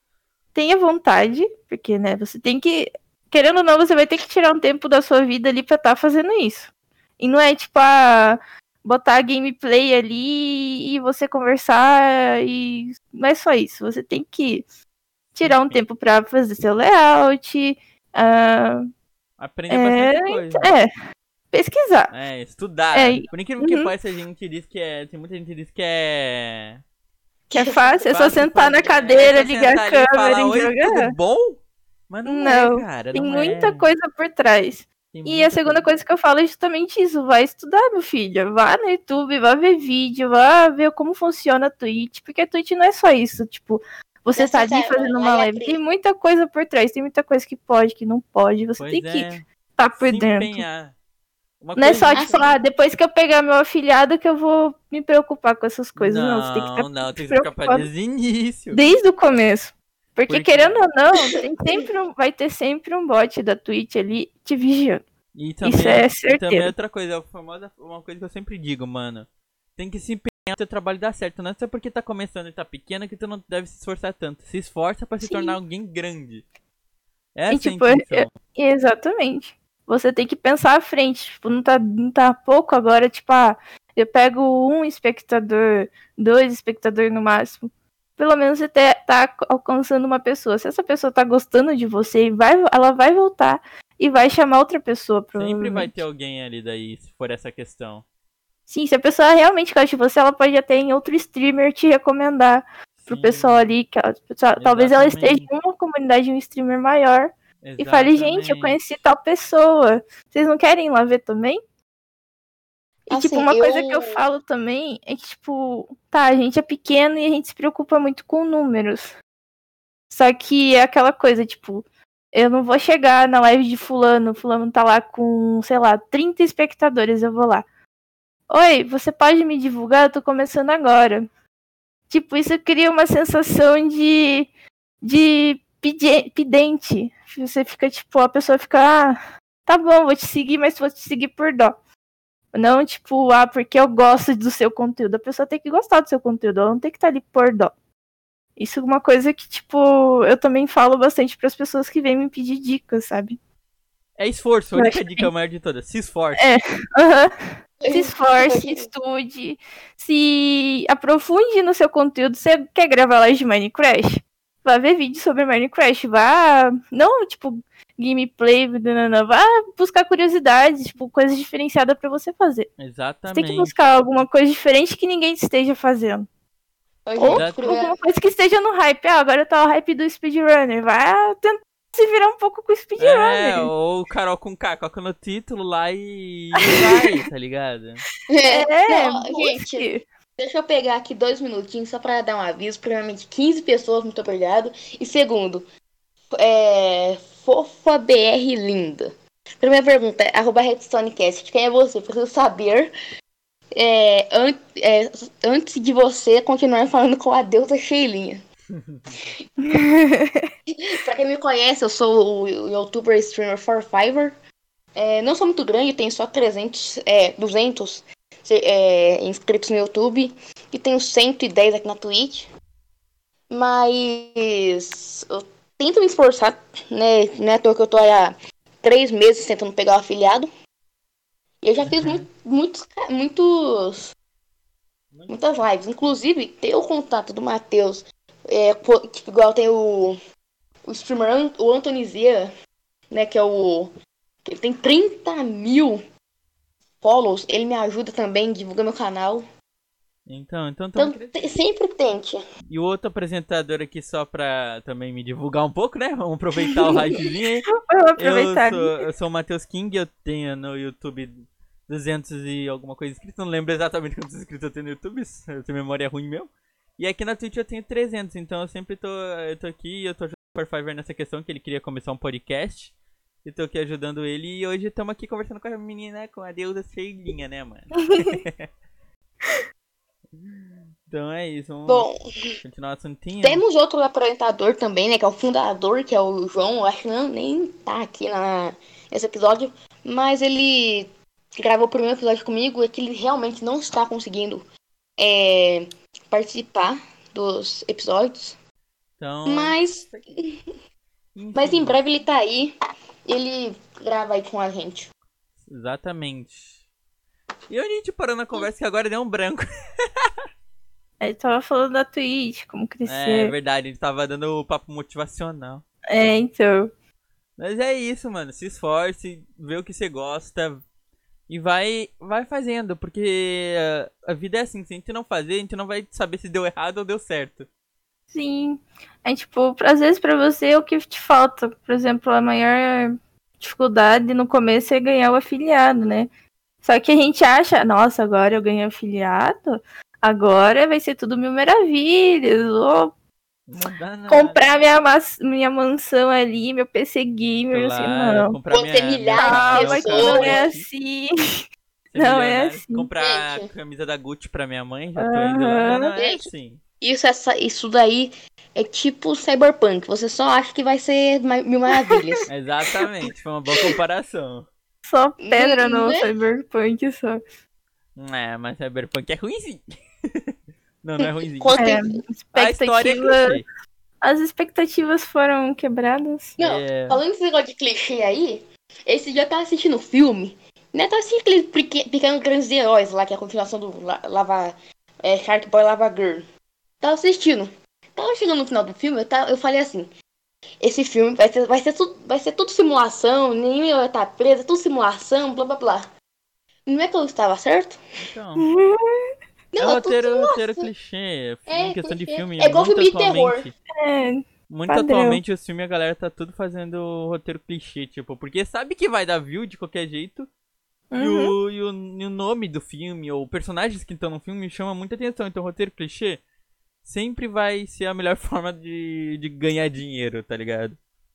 Tenha vontade, porque, né, você tem que, querendo ou não, você vai ter que tirar um tempo da sua vida ali pra estar fazendo isso. E não é, tipo, ah, botar a gameplay ali e você conversar e não é só isso. Você tem que tirar um tempo pra fazer seu layout, uh, Aprender é, bastante coisa. É, pesquisar. É, estudar. É, Por incrível uhum. que pareça, a gente diz que é. Tem muita gente que diz que é. Que é fácil, é só Fácil sentar fazer, na cadeira, é só ligar a sentar ali e câmera falar, e oi, jogar. tudo bom? Mas não, Não, é, cara. tem não muita é. coisa por trás. Tem E a segunda coisa que eu falo é justamente isso. Vai estudar, meu filho. Vá no YouTube, vá ver vídeo, vá ver como funciona a Twitch. Porque a Twitch não é só isso. Tipo, você Não, tá você ali sabe, fazendo lá uma é live. tri- Tem muita coisa por trás. Tem muita coisa que pode, que não pode. Você Pois tem que é. estar por Se dentro. empenhar. Uma Não é só, coisa- tipo, Assim, ah, depois que eu pegar meu afiliado que eu vou me preocupar com essas coisas. Não, você tem que estar Não, não, tem que se preocupar preocupado desde o início. desde o começo. Porque, Porque- querendo ou não, tem sempre um, vai ter sempre um bot da Twitch ali te vigiando. E também, Isso é e também certeiro. outra coisa, a famosa, uma coisa que eu sempre digo, mano. Tem que se empenhar pro teu trabalho dar certo. Não é só porque tá começando e tá pequeno que tu não deve se esforçar tanto. Se esforça pra se Sim. tornar alguém grande. Essa E, tipo, é a é- intenção. é- exatamente. Você tem que pensar à frente. Tipo, não tá, não tá pouco agora, tipo, ah, eu pego um espectador, dois espectadores no máximo. Pelo menos você te- tá alcançando uma pessoa. Se essa pessoa tá gostando de você, vai, ela vai voltar e vai chamar outra pessoa, Sempre vai provavelmente. ter alguém ali daí, se for essa questão. Sim, se a pessoa realmente gosta de você, ela pode até em outro streamer te recomendar pro Sim, pessoal ali. Que ela- pessoa- talvez ela esteja exatamente. em uma comunidade de um streamer maior e fale, gente, eu Exatamente. conheci tal pessoa. Vocês não querem ir lá ver também? E, tipo, assim, uma eu. coisa que eu falo também é que, tipo, tá, a gente é pequeno e a gente se preocupa muito com números. Só que é aquela coisa, tipo, eu não vou chegar na live de fulano, fulano tá lá com, sei lá, trinta espectadores, eu vou lá. Oi, você pode me divulgar? Eu tô começando agora. Tipo, isso cria uma sensação de, de pedi- pedente. Você fica, tipo, a pessoa fica, ah, tá bom, vou te seguir, mas vou te seguir por dó. Não, tipo, ah, porque eu gosto do seu conteúdo. A pessoa tem que gostar do seu conteúdo, ela não tem que estar ali por dó. Isso é uma coisa que, tipo, eu também falo bastante pras pessoas que vêm me pedir dicas, sabe? É esforço, a Eu única acho dica maior de todas. Se esforce. É, aham. Se esforce, estude, se aprofunde no seu conteúdo. Você quer gravar live de Minecraft? Vá ver vídeo sobre Minecraft. Vá, não, tipo, gameplay, nanana, vá buscar curiosidades, tipo, coisas diferenciadas pra você fazer. Você tem que Exatamente. buscar alguma coisa diferente que ninguém esteja fazendo. Hoje, Ou Exato. alguma coisa que esteja no hype. Ah, agora tá o hype do speedrunner. Vai tentar se virar um pouco com o speedrunner. É, ou Carol com K, coloca no título lá e vai, tá ligado? É, não, gente, busque. deixa eu pegar aqui dois minutinhos só pra dar um aviso. Primeiramente, quinze pessoas, muito obrigado. E segundo, é, Fofa B R Linda. Primeira pergunta, é, arroba RedstoneCast. Quem é você? Preciso saber é, an é, antes de você continuar falando com a deusa Sheilinha. Pra quem me conhece, eu sou o youtuber streamer Forfiver. É, não sou muito grande, tenho só trezentos, é, duzentos é, inscritos no YouTube. E tenho cento e dez aqui na Twitch. Mas eu tento me esforçar, né? Não é à toa que eu tô há três meses tentando pegar o afiliado. E eu já fiz muito, muitos, muitos, muitas lives. Inclusive, ter o contato do Matheus. É, tipo, igual tem o, o streamer, o Antonizia, né? Que é o... Ele tem trinta mil follows. Ele me ajuda também, divulga meu canal. Então, então, Então, tamo te- sempre tente. E o outro apresentador aqui, só pra também me divulgar um pouco, né? Vamos aproveitar o hypezinho aí. Vamos aproveitar. Eu sou, eu sou o Matheus King, eu tenho no YouTube duzentos e alguma coisa inscritos. Não lembro exatamente quantos inscritos eu tenho no YouTube, eu tenho memória ruim meu. E aqui na Twitch eu tenho trezentos, então eu sempre tô, eu tô aqui, eu tô ajudando o Fiverr nessa questão, que ele queria começar um podcast. E tô aqui ajudando ele. E hoje estamos aqui conversando com a menina, com a deusa Feirinha, né, mano? Então é isso. Vamos Bom, continuar o assuntinho. temos outro apresentador também, né? Que é o fundador, que é o João. Eu acho que não, nem tá aqui na, nesse episódio. Mas ele gravou o primeiro episódio comigo. É que ele realmente não está conseguindo é, participar dos episódios. Então. Mas, mas em breve ele tá aí. Ele grava aí com a gente. Exatamente. E onde a gente parou na conversa que agora deu um branco. A gente tava falando da Twitch, como É crescer. verdade, a gente tava dando o papo motivacional. É, então. Mas é isso, mano. Se esforce, vê o que você gosta e vai, vai fazendo. Porque a vida é assim, se a gente não fazer, a gente não vai saber se deu errado ou deu certo. Sim. É tipo, às vezes pra você é o que te falta. Por exemplo, a maior dificuldade no começo é ganhar o afiliado, né? Só que a gente acha, nossa, agora eu ganhei afiliado, agora vai ser tudo mil maravilhas. Vou Não dá nada. comprar minha, mas- minha mansão ali, meu P C gamer, assim, Claro, não. comprar Vou ter minha, minha milhares de casa, Calma, que pessoas. não é cara, assim. ser Não é milionário, assim. comprar Gente. a camisa da Gucci pra minha mãe, já tô indo lá. Aham. Não é Gente. assim. Isso, essa, isso daí é tipo Cyberpunk. Você só acha que vai ser ma- mil maravilhas. Exatamente, foi uma boa comparação. Só pedra no Né? Cyberpunk, só. É, mas Cyberpunk é ruimzinho. Não, não é ruimzinho. Quanto É, tem- A história é expectativa, clichê. as expectativas foram quebradas. Não, É. falando desse negócio de clichê aí, esse dia eu tava assistindo o filme, né? Tava assistindo aquele Peque- Pequenos Grandes Heróis lá, que é a continuação do La- Lava, é, Shark Boy Lava Girl. Tava assistindo. Tava chegando no final do filme, eu, tava, eu falei assim, esse filme vai ser, vai ser, tudo, vai ser tudo simulação, ninguém vai estar preso, é tudo simulação, blá blá blá. Não é que eu estava certo? Então. Não, É é tudo roteiro, roteiro simulação. clichê. É, Em questão de clichê. filme, É igual muito filme de terror. atualmente. É, Muito Padrão. atualmente os filmes a galera tá tudo fazendo roteiro clichê, tipo, porque sabe que vai dar view de qualquer jeito. E, uhum. o, e, o, e o nome do filme, ou personagens que estão no filme, chama muita atenção. Então, roteiro clichê sempre vai ser a melhor forma de, de ganhar dinheiro, tá ligado?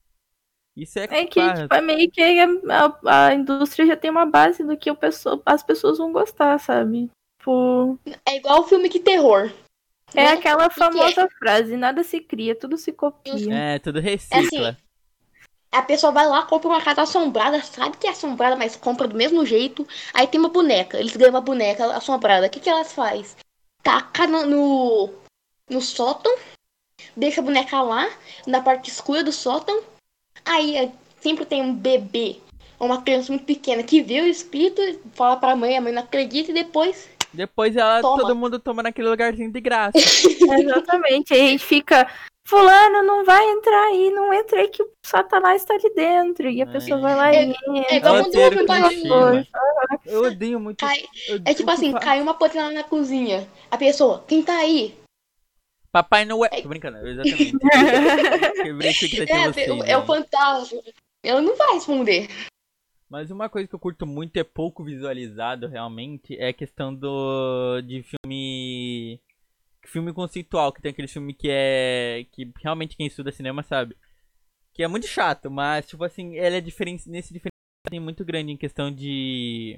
Isso é, É que claro. tipo, é meio que a, a- a indústria já tem uma base do que o pessoa, as pessoas vão gostar, sabe? Tipo, É igual filme de terror. é né? aquela que é? famosa frase, nada se cria, tudo se copia. É, tudo É recicla. assim, a pessoa vai lá, compra uma casa assombrada, sabe que é assombrada, mas compra do mesmo jeito. Aí tem uma boneca, eles ganham uma boneca assombrada. O que, que elas fazem? Taca no, no, no sótão, deixa a boneca lá, na parte escura do sótão. Aí é, sempre tem um bebê, ou uma criança muito pequena, que vê o espírito, fala pra mãe, a mãe não acredita e depois Depois ela, Toma. todo mundo toma naquele lugarzinho de graça. Exatamente. Aí a gente fica, fulano, não vai entrar aí, não entra aí que o Satanás tá ali dentro. E a É. pessoa vai lá É- e é entra. igual É quando roteiro eu falo clichê, favor. mano. Eu odeio muito. Cai- eu- É o tipo que assim, fa- caiu uma panela na cozinha. A pessoa, quem tá aí? Papai Noel. É- Tô brincando, exatamente. Quebrei a expectativa É, em vocês, é, o aí. fantasma. Ela não vai responder. Mas uma coisa que eu curto muito e é pouco visualizado realmente é a questão do de filme filme conceitual, que tem aquele filme que é que realmente quem estuda cinema sabe. Que é muito chato, mas tipo assim, ele é diferente nesse diferencial tem muito grande em questão de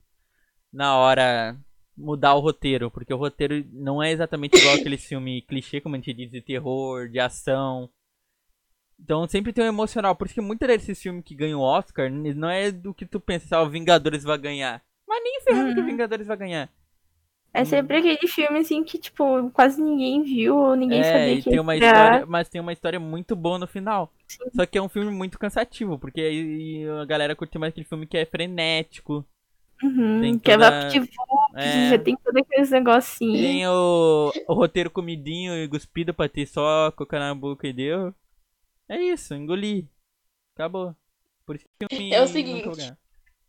na hora mudar o roteiro, porque o roteiro não é exatamente igual aquele filme clichê, como a gente diz, de terror, de ação. Então sempre tem um emocional. Por isso que muitos desses filmes que ganham o Oscar não é do que tu pensa, ah, o Vingadores vai ganhar. Mas nem ferrando que o Uhum. Vingadores vai ganhar. É sempre aquele filme assim que, tipo, quase ninguém viu, ou ninguém É, sabia e que tem ia uma criar. história, mas tem uma história muito boa no final. Só que é um filme muito cansativo, porque aí a galera curte mais aquele filme que é frenético. Uhum, Tem que é toda- VaptVups, É. já tem todos aqueles negocinhos. Tem o, o roteiro comidinho e cuspido pra ter só coca na boca e deu. É isso, engoli. Acabou. Por isso que o filme É o nunca seguinte. vai ganhar.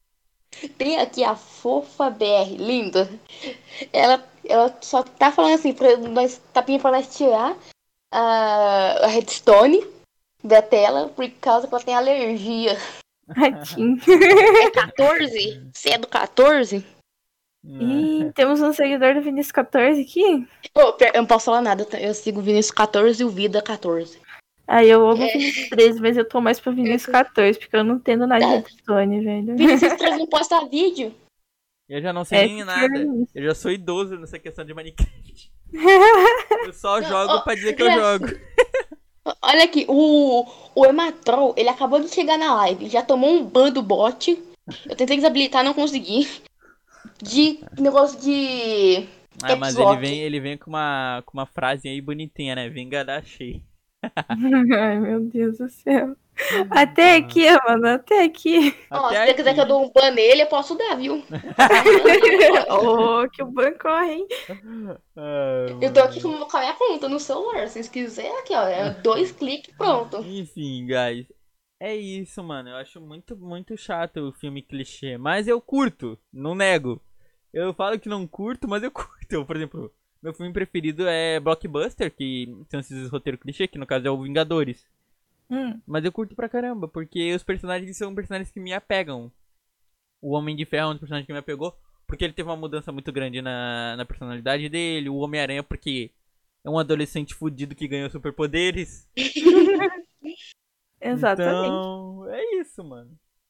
Tem aqui a Fofa B R, linda. Ela, ela só tá falando assim, pra nós, tá pedindo pra nós tirar a, a redstone da tela por causa que ela tem alergia. Ratinho. É quatorze? Você é do quatorze? Ih, temos um seguidor do Vinícius quatorze aqui. Pô, eu não posso falar nada, eu sigo o Vinícius quatorze e o Vida quatorze. Aí eu amo É. Vinícius treze, mas eu tô mais pra Vinícius quatorze, porque eu não entendo nada de Tá. Redstone, velho. Vinícius treze não posta vídeo. Eu já não sei É, nem que nada. isso. Eu já sou idoso nessa questão de Minecraft. Eu só Não, jogo ó, pra dizer que eu é jogo. assim, olha aqui, o, o Ematrol, ele acabou de chegar na live, já tomou um ban do bot. Eu tentei desabilitar, não consegui. De negócio de Ah, caps mas ele lock. vem, ele vem com uma, com uma frase aí bonitinha, né? Vinga da cheia. Ai, meu Deus do céu. Até aqui, mano, até aqui. Ó, se Até você quiser que eu aqui. dou um ban nele, eu posso dar, viu? Dá um ban nele, pode. Ô, que o ban corre, hein? Ai, Eu tô aqui mano. com a minha conta no celular. Se vocês quiserem, aqui, ó. É dois cliques, pronto. Enfim, guys. É isso, mano. Eu acho muito, muito chato o filme clichê. Mas eu curto, não nego. Eu falo que não curto, mas eu curto. Por exemplo, meu filme preferido é Blockbuster, que são esses roteiros clichê, que no caso é o Vingadores. Hum, Mas eu curto pra caramba, porque os personagens são personagens que me apegam. O Homem de Ferro é um dos personagens que me apegou, porque ele teve uma mudança muito grande na, na personalidade dele. O Homem-Aranha, porque é um adolescente fudido que ganhou superpoderes. exatamente. Então, é isso, mano.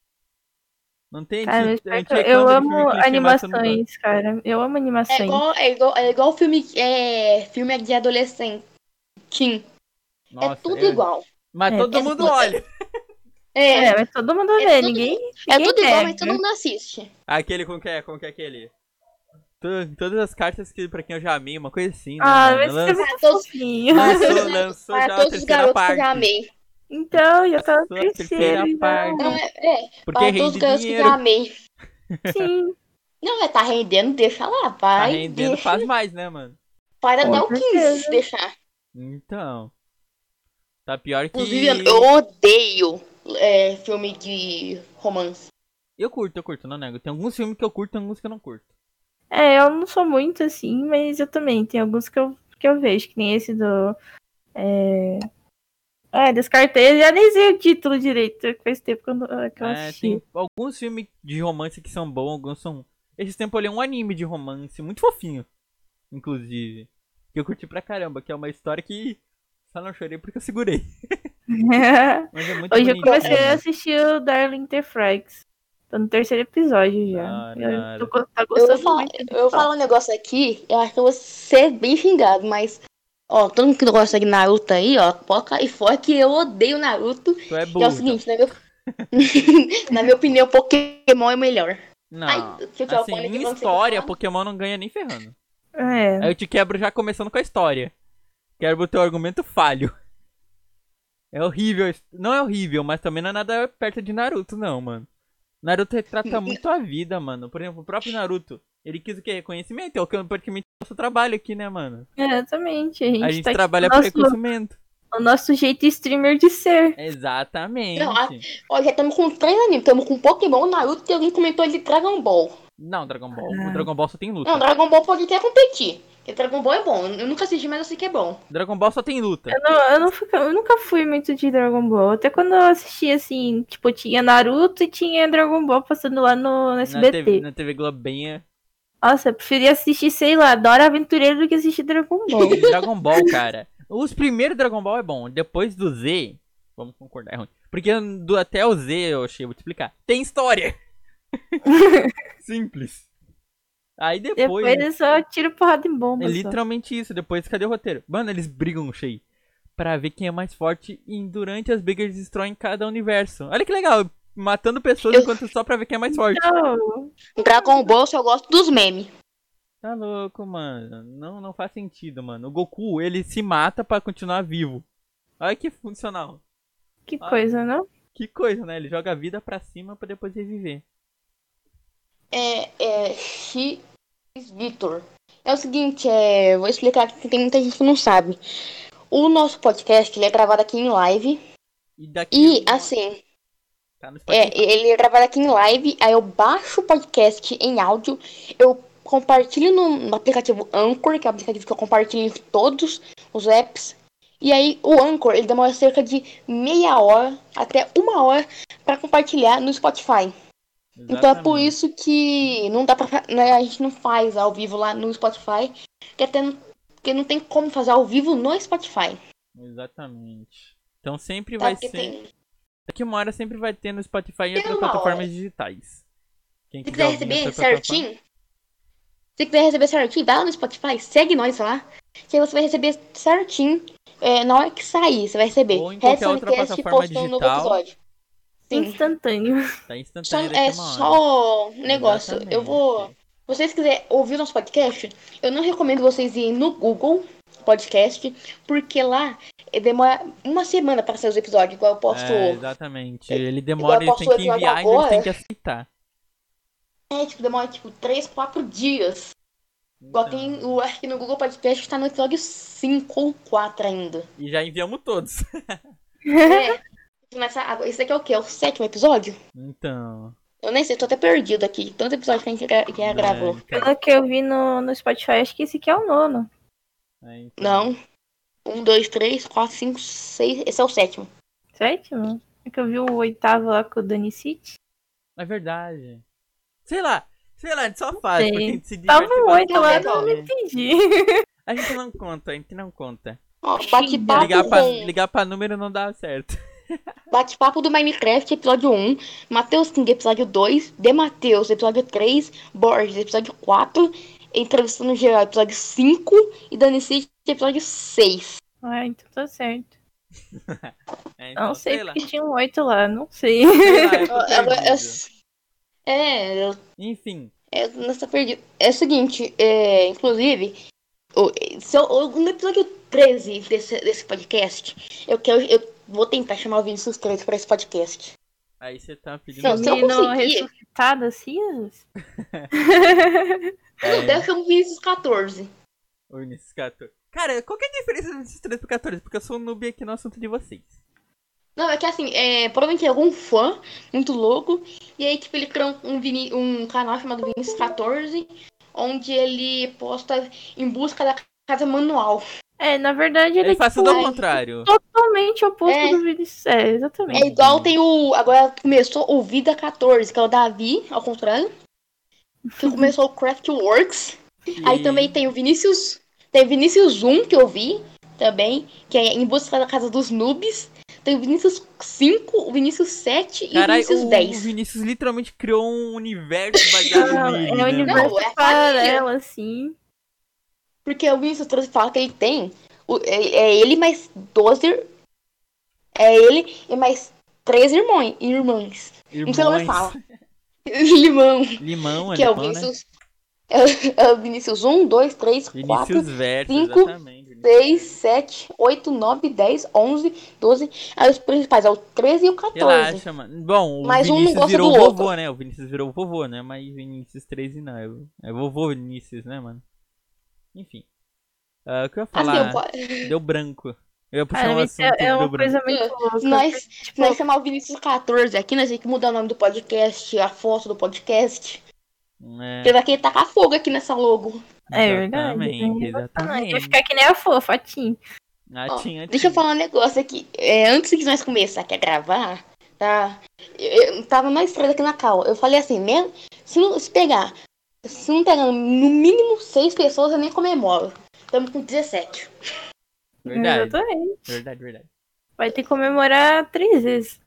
Não tem, a Cara, gente, mas a pior gente que eu, eu reclama de filme amo clichê, mas todo mundo gosta. animações, cara. Eu amo É animações. igual, é igual, é igual filme, é, filme de adolescente. Sim. É Nossa, tudo eu... igual. Mas É, todo É, mundo tu- olha. é, É, mas todo mundo é, vê, tudo, ninguém, é ninguém tudo igual, mas todo nega. mundo assiste. Aquele, como que é? Como que é aquele? To- Todas as cartas que pra quem eu já amei, uma coisa assim, né, Ah, mano? mas você é Lan- muito Para todos, fofinho. para todos, Lançou, os- lançou para já a todos os terceira garotos que eu já parte. amei. Então, já tá no Lançou a terceiro, terceira então. Não, parte. é, é, Porque para todos os rende garotos que eu já dinheiro. amei. Sim, Não, é, tá rendendo, deixa lá, Tá vai, rendendo, deixa, faz mais, né, mano? faz até com o quinze, se certeza. deixar. Então, tá pior Inclusive, eu que... odeio é, filme de romance. Eu curto, eu curto, não nego. Tem alguns filmes que eu curto e alguns que eu não curto. É, eu não sou muito assim, mas eu também. Tem alguns que eu, que eu vejo, que nem esse do. É, é descartei, já nem sei o título direito, que faz tempo que eu, não- que eu É, tem assisti. alguns filmes de romance que são bons, alguns são... Esse tempo eu olhei um anime de romance, muito fofinho, inclusive. Que eu curti pra caramba, que é uma história que... Só não chorei porque eu segurei. Mas é muito Hoje eu comecei a bonitinho. assistir o Darling in the Franxx. Tô no terceiro episódio Da já. hora, Eu da tô, hora. go- tá Eu vou gostando falar, muito do eu vou pessoal. falar um negócio aqui, eu acho que eu vou ser bem xingado, mas, ó, todo mundo que gosta de Naruto aí, ó, pode cair fora que eu odeio Naruto. Tu é Que é o burro, então. seguinte, na minha, na minha opinião, Pokémon é melhor. Ai, Não. deixa eu tirar o Assim, fone aqui em pra não sei o que história, falar. Pokémon não ganha nem ferrando. É. Aí eu te quebro já começando com a história. Quebro o teu argumento falho. É horrível. Não é horrível, mas também não é nada perto de Naruto, não, mano. Naruto retrata muito a vida, mano. Por exemplo, o próprio Naruto. Ele quis o quê? Reconhecimento. É o que é praticamente o nosso trabalho aqui, né, mano? É, exatamente. A gente, A gente tá aqui trabalha com por o nosso, reconhecimento. o nosso jeito streamer de ser. Não, ah, Exatamente. ó, já estamos com três animes, estamos com Pokémon, Naruto e alguém comentou de Dragon Ball. Não, Dragon Ball. O Dragon Ball só tem Não, luta. Dragon Ball pode até competir. Porque Dragon Ball é bom, eu nunca assisti, mas eu sei que é bom. Dragon Ball só tem luta. Eu, não, eu, não fui- eu nunca fui muito de Dragon Ball. Até quando eu assisti, assim, tipo, tinha Naruto e tinha Dragon Ball passando lá no, no Na T V, S B T. na T V Globinha. Nossa, eu preferia assistir, sei lá, Dora Aventureira do que assistir Dragon Ball. Dragon Ball, cara. Os primeiros Dragon Ball é bom. Depois do Z, vamos concordar, é ruim. Porque do, até o Z, eu achei, vou te explicar. Tem história. Simples. Aí depois. Depois é só tiro porrada em bomba. É só. literalmente isso. Depois, cadê o roteiro? Mano, eles brigam, Shei. Pra ver quem é mais forte. E durante as brigas eles destroem cada universo. Olha que legal. Matando pessoas Eu- enquanto só pra ver quem é mais forte. Então, Dragon Ball eu só gosto dos memes. Tá louco, mano. Não, não faz sentido, mano. O Goku, ele se mata pra continuar vivo. Olha que funcional. que Ah. coisa, não? Que coisa, né? Ele joga a vida pra cima pra depois reviver. É, é, X Vitor. É o seguinte, é, vou explicar aqui que tem muita gente que não sabe. O nosso podcast, ele é gravado aqui em live. E daqui. E, eu- assim, Tá no é, Spotify. ele é gravado aqui em live. Aí eu baixo o podcast em áudio. Eu compartilho no, no aplicativo Anchor, que é o aplicativo que eu compartilho em todos os apps. E aí o Anchor, ele demora cerca de meia hora até uma hora pra compartilhar no Spotify. Então é por Exatamente. isso que não dá pra, fa- né, a gente não faz ao vivo lá no Spotify, que até não, porque não tem como fazer ao vivo no Spotify. Exatamente. Então sempre Tá? vai Porque ser. tem. Daqui uma hora sempre vai ter no Spotify e Tem outras uma plataformas hora. digitais. Quem Se quiser quiser ouvir em outra receber plataforma. certinho, se quiser receber certinho, vai lá no Spotify, segue nós lá, que você vai receber certinho. É, na hora que sair, você vai receber Ou em Red qualquer outra Sonicast plataforma postando um novo digital. episódio. Sim. Instantâneo. Tá Só, instantâneo daqui a é uma hora. só um negócio. Eu Exatamente. vou. Se vocês quiserem ouvir o nosso podcast, eu não recomendo vocês irem no Google Podcast, porque lá eh, demora uma semana para sair os episódios. Igual eu posto. É, exatamente. Ele Igual demora, eu eles têm posto o que episódio enviar e eles têm agora. que aceitar. É, tipo, demora tipo três, quatro dias. Igual tem Então, o acho que no Google Podcast tá no episódio cinco ou quatro ainda. e já enviamos todos. É. Nessa, agora, esse daqui é o quê? É o sétimo episódio? Então. Eu nem sei, tô até perdido aqui. Tanto episódio que a gente gra- que já É, gravou. então, Pelo que eu vi no, no Spotify, acho que esse aqui é o nono. é, então. Não. Um, dois, três, quatro, cinco, seis. Esse é o sétimo. Sétimo? É que eu vi o oitavo lá com o Dani City. É verdade. Sei lá. Sei lá, a gente só faz, Sei. porque a gente se Tava diverte um oito lá, bastante, não né? entendi. A gente não conta, a gente não conta. Ó, Xinga. bate-papo Ligar pra, com... ligar pra número não dá certo. Bate-papo do Minecraft, episódio um. Matheus King, episódio dois. De Matheus, episódio três. Borges, episódio quatro. Entrevistando geral, episódio cinco. E Dani City, episódio seis. Ah, então tá certo. É, então, Não sei sei lá. porque tinha um oito lá, não sei. Sei lá, eu tô Agora, perdido. eu- É, eu, Enfim. eu não estou perdido. É o seguinte, é, inclusive, o, se eu, o- no episódio treze desse, desse podcast, eu, quero, eu vou tentar chamar o Vinícius treze para esse podcast. Aí você tá pedindo Não, Esse se eu muito. menino conseguir- ressuscitado assim. Eu É. devo chamar o Vinícius quatorze. O Vinícius quatorze. Cara, qual que é a diferença do Vinícius treze pro quatorze? Porque eu sou um noob aqui no assunto de vocês. Não, é que assim, é, provavelmente é algum fã muito louco. E aí, tipo, ele criou um, Vini, um canal chamado Vinícius quatorze, onde ele posta em busca da casa manual. É, na verdade ele, Ele é faz tipo, tudo ao ai, contrário. totalmente oposto É. do Vinicius. É, exatamente. É igual tem o. Agora começou o Vida quatorze, que é o Davi, ao contrário. Que começou o Craftworks. Aí E- também tem o Vinícius. Tem o Vinícius um, que eu vi também, que é em busca da casa dos noobs. Tem o Vinícius cinco, o Vinícius sete e Caralho, o Vinícius o, dez. o Vinícius literalmente criou um universo baseado Não, nele, é um né, universo Não, é paralelo, assim. Porque o Vinícius treze fala que ele tem. o- é, é ele mais doze. É ele e mais três irmãos. irmãs. mano? Não sei como é que Irmãos. fala. Limão. Limão, é Que é o limão, né? Vinícius. É o- é o Vinícius um, dois, três, quatro, Vinícius Verso, cinco, exatamente. Vinícius seis, Verso. sete, oito, nove, dez, onze, doze. Aí os principais é o treze e o quatorze. Relaxa, mano. Bom, o Mas um não Vinícius gosta virou do vovô, outro. né? O Vinícius virou vovô, né? Mas Vinícius treze não. É, é vovô Vinícius, né, mano? Enfim. Ah, o que eu ia Assim, falar? eu po- Deu branco. Eu ia puxar Cara, um isso assunto é, é deu uma branco. coisa muito louca. nós, Tipo, se nós chamar o Vinícius quatorze aqui, nós temos que mudar o nome do podcast, a foto do podcast. É, Porque daqui tacar fogo aqui nessa logo. é verdade. exatamente, Não, ia exatamente. ficar que nem a fofa, a Tim. Ah, Ó, tinha, deixa eu tinha. falar um negócio aqui. É, antes que nós começar aqui a gravar, tá? Eu, eu tava nós três aqui na cal. Eu falei assim, mesmo, se não se pegar, se não pegar no mínimo seis pessoas, eu nem comemoro. Estamos com dezessete. Verdade, Exatamente. verdade, verdade. Vai ter que comemorar três vezes.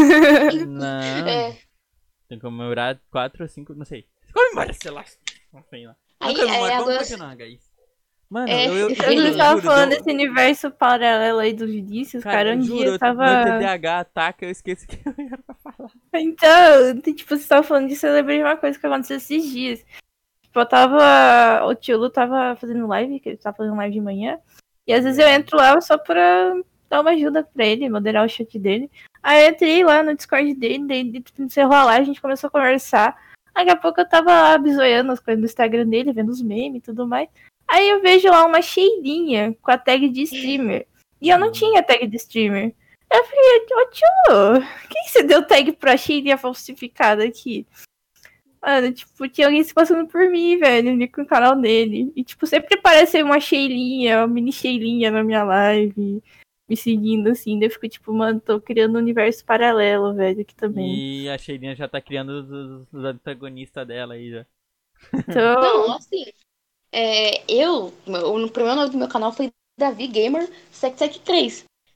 Não, É, tem que comemorar quatro ou cinco, não sei. Comemora, sei lá. Não sei lá. Não aí, comemora, aí vamos agora. continuar, guys. Mano, É, eu, eu, eu juro, Eu não juro, tava juro, falando deu- desse universo paralelo aí dos Vinícius, cara. Cara, Um juro, dia eu eu- tava. meu T D A H ataca, eu esqueço que eu era pra falar. Então, tipo, você tava falando disso, eu lembrei de uma coisa que aconteceu esses dias. Tipo, eu tava. O tio Lu tava fazendo live, que ele tava fazendo live de manhã. E às vezes eu entro lá só pra dar uma ajuda pra ele, moderar o chat dele. Aí eu entrei lá no Discord dele, daí ele encerrou a live, a gente começou a conversar. Daqui a pouco eu tava lá bisoiando as coisas do Instagram dele, vendo os memes e tudo mais. Aí eu vejo lá uma cheirinha com a tag de streamer. E eu não tinha tag de streamer. Eu falei, ô tio, quem que você deu tag pra cheirinha falsificada aqui? Mano, tipo, tinha alguém se passando por mim, velho, ali com o canal dele. E, tipo, sempre aparece uma cheirinha, uma mini cheirinha na minha live, me seguindo, assim. Daí eu fico, tipo, mano, tô criando um universo paralelo, velho, aqui também. E a Cheirinha já tá criando os, os- os antagonistas dela aí já. Então, Não, assim. É, eu, o- no primeiro nome do meu canal foi Davi Gamer sete sete três.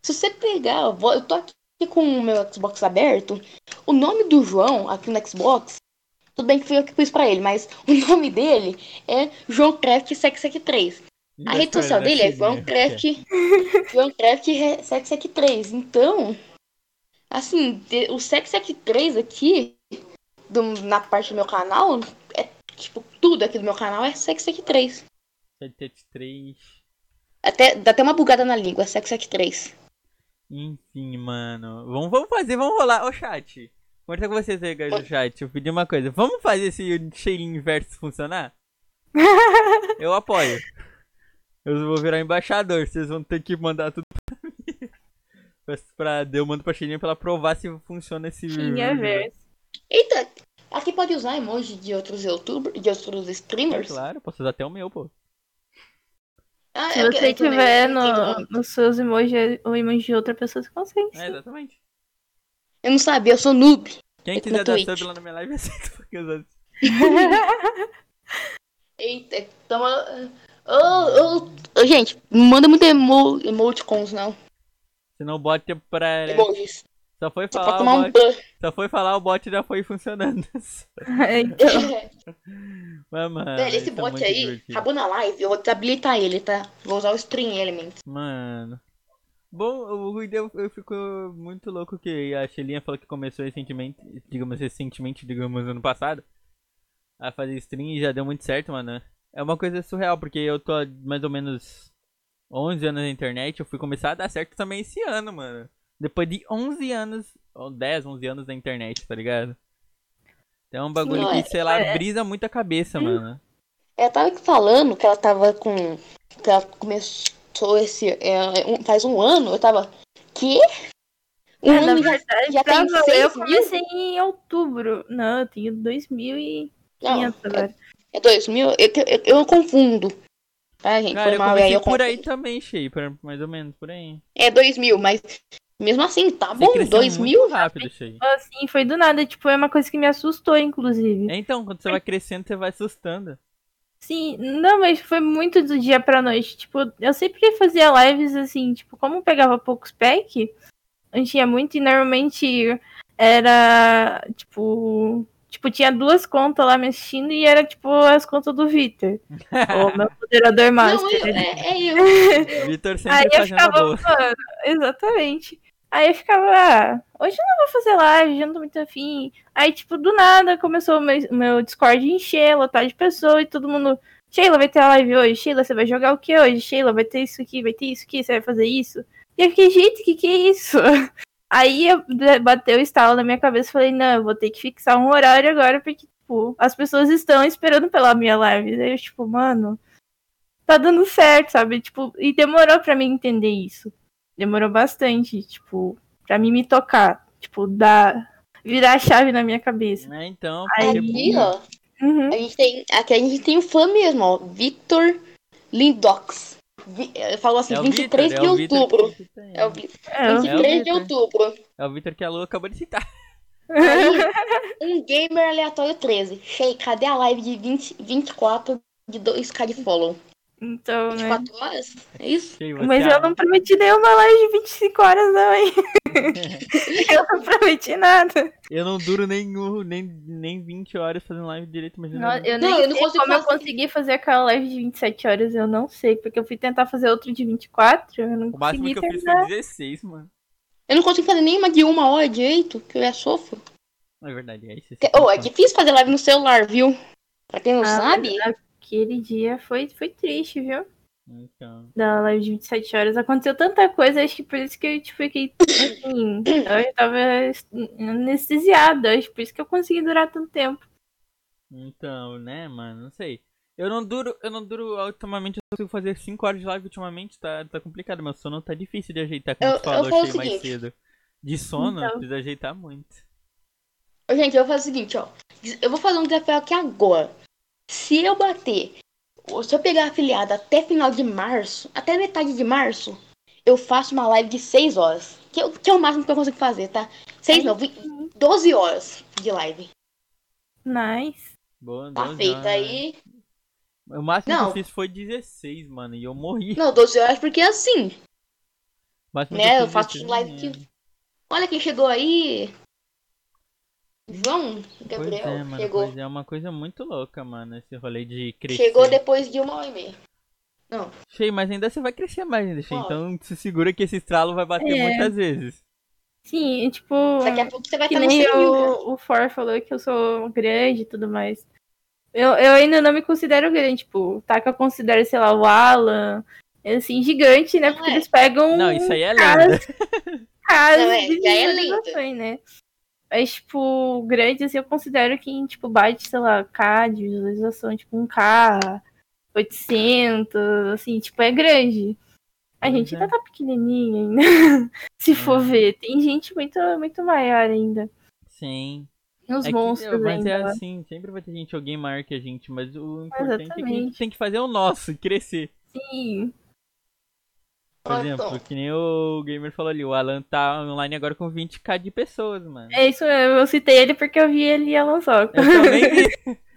Se você pegar, eu vou- eu tô aqui com o meu Xbox aberto, o nome do João aqui no Xbox, tudo bem que fui eu que pus pra ele, mas o nome dele é João Craft sete sete três. E A a rede história social da dele é Shelinha, João o que é? Craft, João Craft sete sete três. Então, assim, de- o sete sete três aqui, do- na parte do meu canal, é tipo, tudo aqui do meu canal é sete sete três. sete sete três. Até, dá até uma bugada na língua, sete sete três. Enfim, mano. Vamos, vamos fazer, vamos rolar. Ô, chat. Conversa com vocês aí, galera do chat. Eu pedi uma coisa. Vamos fazer esse Sheilin versus funcionar? Eu apoio. Eu vou virar embaixador. Vocês vão ter que mandar tudo pra mim. Pra, pra, eu mando pra Sheilin pra ela provar se funciona esse Tinha vídeo. verso. Eita, aqui pode usar emoji de outros youtubers, de outros É streamers? claro, posso usar até o meu, pô. Ah, Se é que, você é que eu não tiver eu não entendo no, muito. nos seus emojis o emoji de outra pessoa, você consegue É, sim. exatamente. Eu não sabia, eu sou noob. Quem Aqui no quiser dar Twitch. sub lá na minha live, aceita porque os outros. Eita, então. Ô, ô, ô, gente, não manda muito emo emoticons, não. Senão o bot pra. Emojis. Só foi Você pode falar o tomar um bot. ban. Só foi falar o bot já foi funcionando. Então, Mas, mano, Velho, esse isso é bot muito aí, divertido. acabou na live, eu vou desabilitar ele, tá? Vou usar o Stream Elements. Mano. Bom, o ruim deu, eu fico muito louco que a Shelinha falou que começou recentemente, digamos recentemente, digamos ano passado, a fazer stream e já deu muito certo, mano. É uma coisa surreal, porque eu tô há mais ou menos onze anos na internet, eu fui começar a dar certo também esse ano, mano. Depois de onze anos, ou dez, onze anos na internet, tá ligado? Então é um bagulho Não, que, é, sei lá, é- brisa muito a cabeça, mano. ela tava falando que ela tava com. Que ela começou esse. É, um- faz um ano, eu tava. Que? Um é, na ano já, verdade, já pra tem valer, eu seis mil? comecei em outubro. Não, eu tenho dois mil e Não, quinhentos agora. é dois mil? Eu, eu, eu confundo. Tá, gente? Foi Cara, eu mal, e aí comecei eu por aí confundo. também, Shei, por- mais ou menos, por aí. É dois mil, mas mesmo assim, tá Você bom, cresceu dois muito mil? rápido, Shei. Assim, foi do nada, tipo, é uma coisa que me assustou, inclusive. É, então, quando você vai crescendo, você vai assustando. Sim, não, mas foi muito do dia pra noite. Tipo, eu sempre fazia lives assim, tipo, como eu pegava poucos pack, não tinha muito e normalmente era, tipo, tipo, tinha duas contas lá me assistindo e era, tipo, as contas do Vitor, o meu moderador Não, master. eu, é, é eu. eu. Vitor Aí sempre eu fazendo a ficava, boa. mano, exatamente. Aí eu ficava, ah, hoje eu não vou fazer live, já não tô muito afim. Aí, tipo, do nada começou o meu, o meu Discord a encher, lotar de pessoa e todo mundo. Sheila, vai ter a live hoje? Sheila, você vai jogar o que hoje? Sheila, vai ter isso aqui, vai ter isso aqui, você vai fazer isso? E eu fiquei, gente, o que que é isso? Aí eu bateu o estalo na minha cabeça e falei, não, eu vou ter que fixar um horário agora, porque, tipo, as pessoas estão esperando pela minha live. Aí eu, tipo, mano, tá dando certo, sabe? Tipo, e demorou pra mim entender isso. Demorou bastante, tipo, pra mim me tocar. Tipo, dar. Virar a chave na minha cabeça. É, então, Aí. porque Aqui, buga. ó. Uhum. A gente tem, aqui a gente tem um fã mesmo, ó. Victor Lindox. Vi, eu falo assim, É o vinte e Vitor, três é de o Vitor outubro. que cita É o ele. Vi- É, eu- vinte e É o três de Vitor. outubro. É o Vitor que a Lu acabou de citar. Aí, um gamer aleatório treze. Shei, cadê a live de vinte, vinte e quatro de dois k de follow? Então, vinte e né? quatro horas? É isso? Shei, você Mas eu ama. não prometi nenhuma live de vinte e cinco horas, não, hein? Eu não prometi nada. Eu não duro nem, um- nem, nem vinte horas fazendo live direito, imagina. Não, eu nem Não, eu não sei consigo como eu fazer. consegui fazer aquela live de vinte e sete horas, eu não sei, porque eu fui tentar fazer outra de vinte e quatro, eu não O máximo consegui que eu fiz terminar. foi dezesseis, mano. Eu não consigo fazer nenhuma de uma hora direito, que eu já sofro. É verdade, é isso. Oh, é difícil fazer live no celular, viu? Pra quem não Ah, sabe. mas aquele dia foi, foi triste, viu? Então. Da live de vinte e sete horas. Aconteceu tanta coisa, acho que por isso que eu tipo, fiquei assim. Eu tava anestesiada, acho por isso que eu consegui durar tanto tempo. Então, né, mano, não sei. Eu não duro, eu não duro ultimamente, eu consigo fazer cinco horas de live ultimamente, tá, tá complicado. Meu sono tá difícil de ajeitar, como Eu, tu falou, eu falo o achei mais seguinte. cedo. De sono, Então. precisa ajeitar muito. Ô, gente, eu vou fazer o seguinte, ó. Eu vou fazer um desafio aqui agora. Se eu bater, ou se eu pegar afiliado até final de março, até metade de março, eu faço uma live de seis horas. Que, é o- que é o máximo que eu consigo fazer, tá? seis não, vinte, doze horas de live. Nice. Boa, Tá doze feito horas. aí. O máximo Não. que eu fiz foi dezesseis, mano, e eu morri. Não, doze horas porque assim. Mas Né? Eu faço live aqui. Olha quem chegou aí. João Pois é, Gabriel mano, chegou. pois é, uma coisa muito louca, mano, esse rolê de crescer. Chegou depois de uma hora e meia. Não. Cheio, mas ainda você vai crescer mais ainda, Cheio. Uma hora. Então se segura que esse estralo vai bater É. muitas vezes. Sim, tipo, Daqui a pouco você vai que estar no nem cem mil já. o, o For falou que eu sou grande e tudo mais. Eu, eu ainda não me considero grande, tipo, o Taka considera, sei lá, o Alan, assim, gigante, né? Não Porque é. eles pegam Não, isso aí é caras, lenda. caras Não, é, de já é lenda. visualizações, né? Mas, tipo, grande, assim, eu considero quem, tipo, bate, sei lá, K de visualização, tipo, um K, oitocentos, assim, tipo, é grande. A Pois gente é. ainda tá pequenininha ainda, se for É. ver. Tem gente muito, muito maior ainda. Sim. Os É que, monstros mas é ainda lá. assim, sempre vai ter gente, alguém maior que a gente, mas o importante é que a gente Exatamente. tem que fazer o nosso, crescer. Sim. Por Ah, exemplo, então. que nem o gamer falou ali, o Alan tá online agora com vinte k de pessoas, mano. É isso mesmo, eu citei ele porque eu vi ele e Alan Socko. Eu também vi.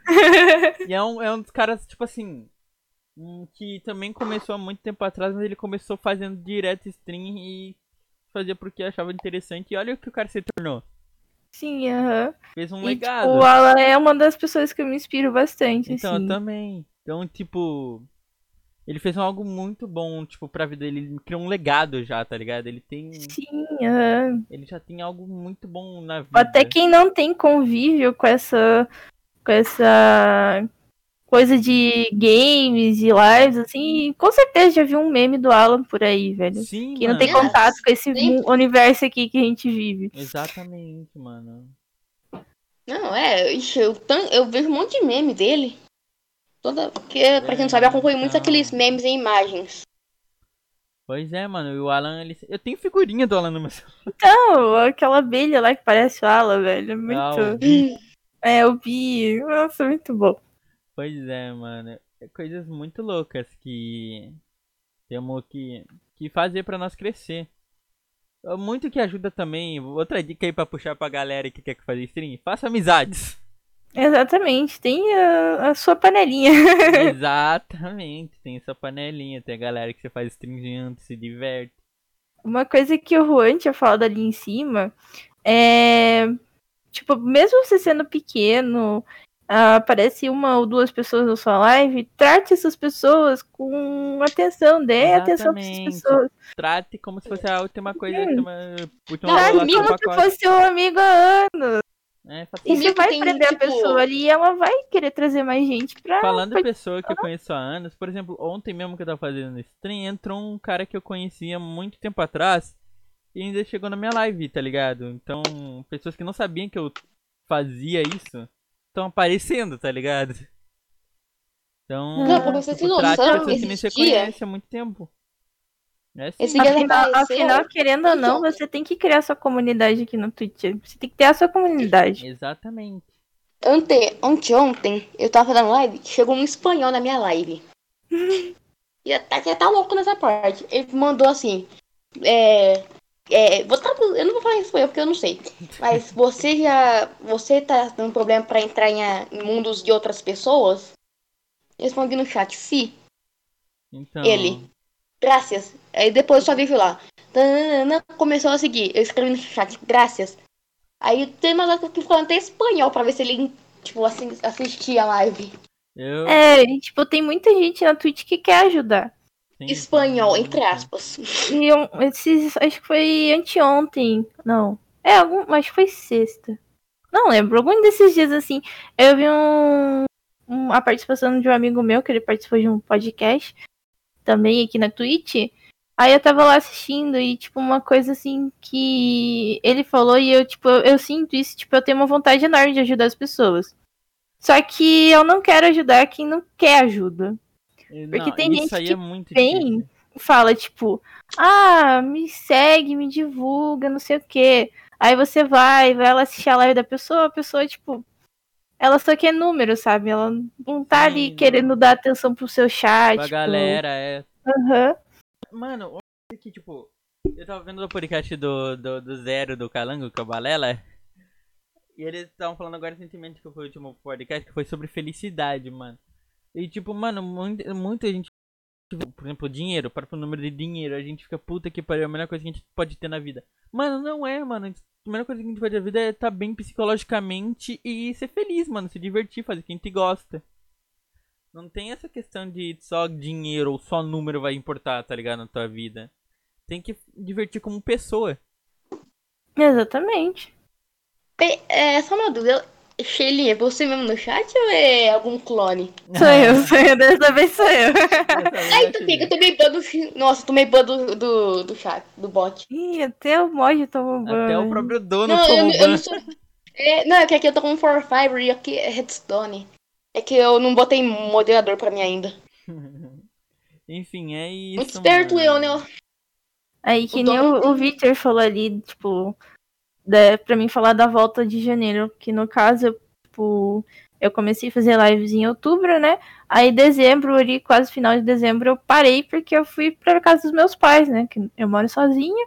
E é um, é um dos caras, tipo assim, um que também começou há muito tempo atrás, mas ele começou fazendo direto stream e fazia porque achava interessante. E olha o que o cara se tornou. Sim, aham. Fez um E, tipo, legado. o Alan é uma das pessoas que eu me inspiro bastante, Então, eu assim. também. Então, tipo, ele fez algo muito bom, tipo, pra vida dele. Ele criou um legado já, tá ligado? Ele tem. Sim, aham. Ele já tem algo muito bom na Até vida. quem não tem convívio com essa, com essa coisa de games e lives, assim, com certeza já viu um meme do Alan por aí, velho. Sim, Quem não tem mano. contato com esse Sim. mu- universo aqui que a gente vive. Exatamente, mano. Não, é. Ixi, eu, tan- eu vejo um monte de meme dele. Toda... Porque, pra quem não sabe, eu É, acompanho muito aqueles então. memes em imagens. Pois é, mano. E o Alan, ele. Eu tenho figurinha do Alan no meu celular. Então, aquela abelha lá que parece o Alan, velho, é Ah, muito... eu vi. É, eu vi. Nossa, muito bom. Pois é, mano. É coisas muito loucas que temos que, que fazer pra nós crescer. Muito que ajuda também. Outra dica aí pra puxar pra galera que quer fazer stream: faça amizades. Exatamente, tem a, a sua panelinha. Exatamente, tem essa panelinha. Tem a galera que você faz stream junto, se diverte. Uma coisa que o Juan tinha falado ali em cima é. Tipo, mesmo você sendo pequeno, ah, aparece uma ou duas pessoas na sua live, trate essas pessoas com atenção, dê atenção para essas Exatamente. pessoas. Trate como se fosse a última coisa, a Hum, última, última Não, bolacha trate do comigo, como se pacote. fosse seu amigo há anos. É, faça isso. Isso comigo vai tem, prender a tipo. pessoa ali e ela vai querer trazer mais gente pra. Falando pra... pessoa que eu conheço há anos, por exemplo, ontem mesmo que eu tava fazendo stream, entrou um cara que eu conhecia muito tempo atrás e ainda chegou na minha live, tá ligado? Então, pessoas que não sabiam que eu fazia isso estão aparecendo, tá ligado? Não, pra Então, você ter tipo, trate noção, pessoas que nem esses você dias. conhece há muito tempo. É assim. Esse dia Afinal, apareceu. afinal, querendo ou não, Então, você tem que criar sua comunidade aqui no Twitch. Você tem que ter a sua comunidade. Exatamente. ante, anteontem, eu tava fazendo live, chegou um espanhol na minha live. E até que tá louco nessa parte. Ele mandou assim. É. É, vou traduzir, eu não vou falar em espanhol porque eu não sei. Mas você já. Você tá dando problema pra entrar em, a- em mundos de outras pessoas? Eu respondi no chat, sim. Ele. Então, Graças. Aí depois eu só vejo lá. Tanana, começou a seguir. Eu escrevi no chat, graças. Aí tem mais outro que falando até espanhol pra ver se ele, tipo, assim, assistia a live. eu. É, e, tipo, tem muita gente na Twitch que quer ajudar. Sim, tem Espanhol, entre muita. aspas. E eu, esses, acho que foi anteontem. Não. É, algum, acho que foi sexta. Não lembro. Algum desses dias assim, eu vi um, um- a participação de um amigo meu, que ele participou de um podcast também aqui na Twitch. Aí eu tava lá assistindo e, tipo, uma coisa assim que ele falou e eu, tipo, eu, eu sinto isso, tipo, eu tenho uma vontade enorme de ajudar as pessoas. Só que eu não quero ajudar quem não quer ajuda. Porque Não, tem isso gente aí é que muito vem difícil. e fala, tipo, ah, me segue, me divulga, não sei o quê. Aí você vai, vai lá assistir a live da pessoa, a pessoa, tipo, ela só quer número, sabe? Ela não tá ali Sim, querendo não. dar atenção pro seu Pra chat, pro. galera, é. Aham. Mano, uma coisa que, tipo, eu tava vendo o podcast do, do, do Zero do Calango, que é o Balela, e eles estavam falando agora recentemente que foi o último podcast, que foi sobre felicidade, mano. E, tipo, mano, muita, muita gente Por exemplo, dinheiro, para o número de dinheiro, a gente fica, puta que pariu, a melhor coisa que a gente pode ter na vida. Mano, não é, mano. A melhor coisa que a gente pode ter na vida é estar bem psicologicamente e ser feliz, mano. Se divertir, fazer o que a gente gosta. Não tem essa questão de só dinheiro ou só número vai importar, tá ligado, na tua vida. Tem que divertir como pessoa. Exatamente. Pe- É, só uma dúvida. Shelly, é você mesmo no chat ou é algum clone? Sou eu, sou eu, dessa vez sou eu. Ai, tô, eu tomei ban do. Nossa, tomei ban do, do, do chat, do bot. Ih, até o mod tomou banho. Até o próprio dono Não, eu, tomou não- eu ban. não sou. É, não, é que aqui eu tô com For Fiber e aqui é Redstone. É que eu não botei moderador pra mim ainda. Enfim, é isso. Muito esperto mano. eu, né? Aí que O nem dono o, tem- o Victor falou ali, tipo, da, pra mim falar da volta de janeiro, que no caso, eu, tipo, eu comecei a fazer lives em outubro, né? Aí dezembro, ali, quase final de dezembro, eu parei porque eu fui pra casa dos meus pais, né? Que eu moro sozinha.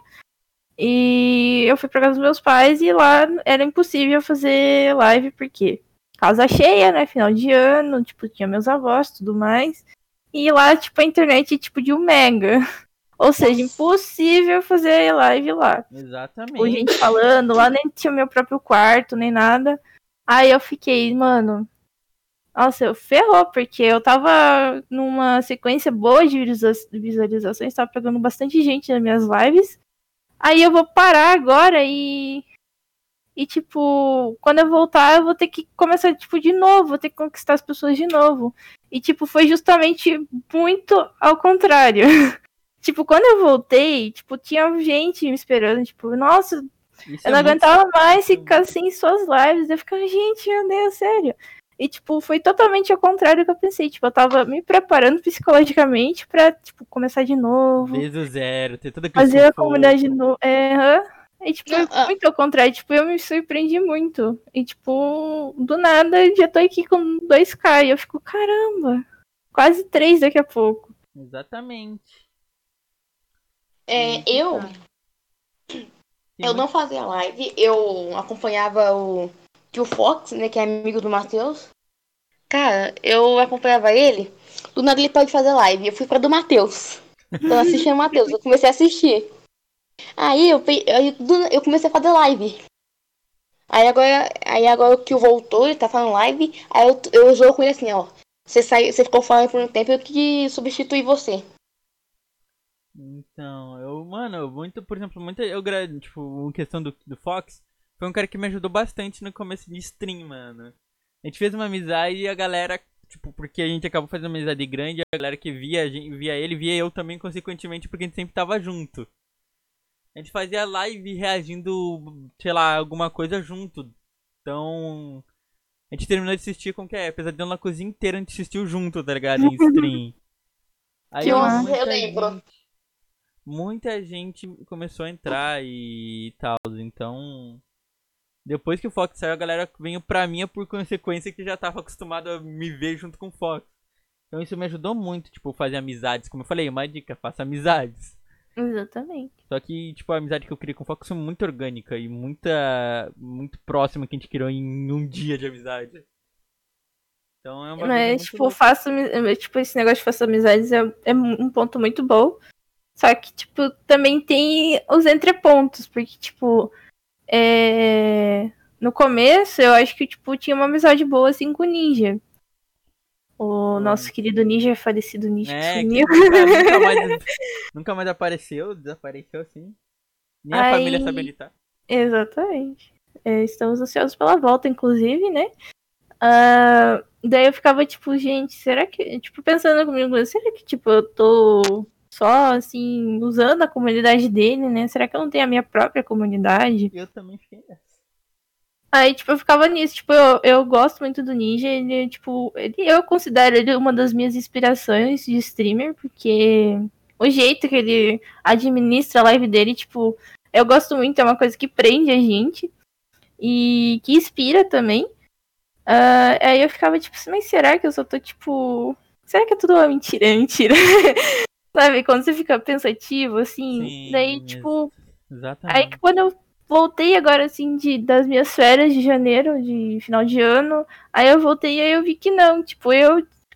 E eu fui pra casa dos meus pais e lá era impossível fazer live, porque casa cheia, né? Final de ano, tipo, tinha meus avós e tudo mais. E lá, tipo, a internet, tipo, de um mega. Ou seja, impossível fazer live lá. Tipo, Exatamente. gente falando, lá nem tinha meu próprio quarto, nem nada. Aí eu fiquei, mano. Nossa, eu ferrou, porque eu tava numa sequência boa de visualiza- visualizações, tava pegando bastante gente nas minhas lives. Aí eu vou parar agora e. E, tipo, quando eu voltar, eu vou ter que começar, tipo, de novo, vou ter que conquistar as pessoas de novo. E, tipo, foi justamente muito ao contrário. Tipo, quando eu voltei, tipo, tinha gente me esperando, tipo, nossa, Isso eu é não muito- aguentava mais isso é ficar sem suas lives. Eu ficava, gente, meu Deus, sério. E, tipo, foi totalmente ao contrário do que eu pensei. Tipo, eu tava me preparando psicologicamente pra, tipo, começar de novo, Desde o zero, ter todo aquele fazer a sufoco. comunidade de novo. É, aham. E, tipo, Não, ah, muito ao contrário. Tipo, eu me surpreendi muito. E, tipo, do nada, já tô aqui com dois K. E eu fico, caramba, quase três daqui a pouco. Exatamente. é, Aí que eu, tá. Tem eu muito- não fazia live, eu acompanhava o Tio Fox, né, que é amigo do Matheus. Cara, eu acompanhava ele, do nada ele pode fazer live. Eu fui pra do Matheus. Então assistindo o Matheus, eu comecei a assistir. Aí eu, pe- aí, do- eu comecei a fazer live. Aí agora, aí agora que o voltou, ele tá fazendo live, aí eu, eu jogo com ele assim, ó. Você, sai, você ficou falando por um tempo, eu que substituí você. Então, eu, mano, muito, por exemplo, muita, eu, gra- tipo, em questão do, do Fox, foi um cara que me ajudou bastante no começo de stream, mano. A gente fez uma amizade e a galera, tipo, porque a gente acabou fazendo uma amizade grande, a galera que via, a gente, via ele, via eu também, consequentemente, porque a gente sempre tava junto. A gente fazia live reagindo, sei lá, alguma coisa junto. Então, a gente terminou de assistir com que é, Pesadelo na Cozinha inteira, a gente assistiu junto, tá ligado? Em stream. Aí, Que Nossa, muita eu lembro. gente, muita gente começou a entrar e tal, então... Depois que o Fox saiu, a galera veio pra mim por consequência que já tava acostumado a me ver junto com o Fox. Então isso me ajudou muito, tipo, fazer amizades. Como eu falei, uma dica, faça amizades. Exatamente. Só que, tipo, a amizade que eu criei com o Fox foi muito orgânica e muita, muito próxima que a gente criou em um dia de amizade. Então é uma coisa Mas, muito tipo, louca. faço, ami- tipo, esse negócio de faço amizades é, é um ponto muito bom. Só que, tipo, também tem os entrepontos, porque, tipo, é... no começo eu acho que, tipo, tinha uma amizade boa, assim, com o Ninja. O nosso querido Ninja, falecido Ninja, que É, que sumiu. nunca, nunca mais, nunca mais apareceu, desapareceu assim. Nem a Aí- família sabe onde tá. Exatamente. É, estamos ansiosos pela volta, inclusive, né? Ah, daí eu ficava, tipo, gente, será que... Tipo, pensando comigo, será que, tipo, eu tô só, assim, usando a comunidade dele, né? Será que eu não tenho a minha própria comunidade? E eu também fiquei nessa. Aí, tipo, eu ficava nisso. Tipo, eu, eu gosto muito do Ninja. Ele, tipo, ele, eu considero ele uma das minhas inspirações de streamer, porque o jeito que ele administra a live dele, tipo, eu gosto muito, é uma coisa que prende a gente e que inspira também. Uh, aí eu ficava, tipo, mas será que eu só tô, tipo... Será que é tudo uma mentira? É mentira. Sabe, quando você fica pensativo, assim, Sim, daí, ex- tipo... Aí exatamente. que quando eu voltei agora, assim, de, das minhas férias de janeiro, de final de ano, aí eu voltei e aí eu vi que não, tipo, eu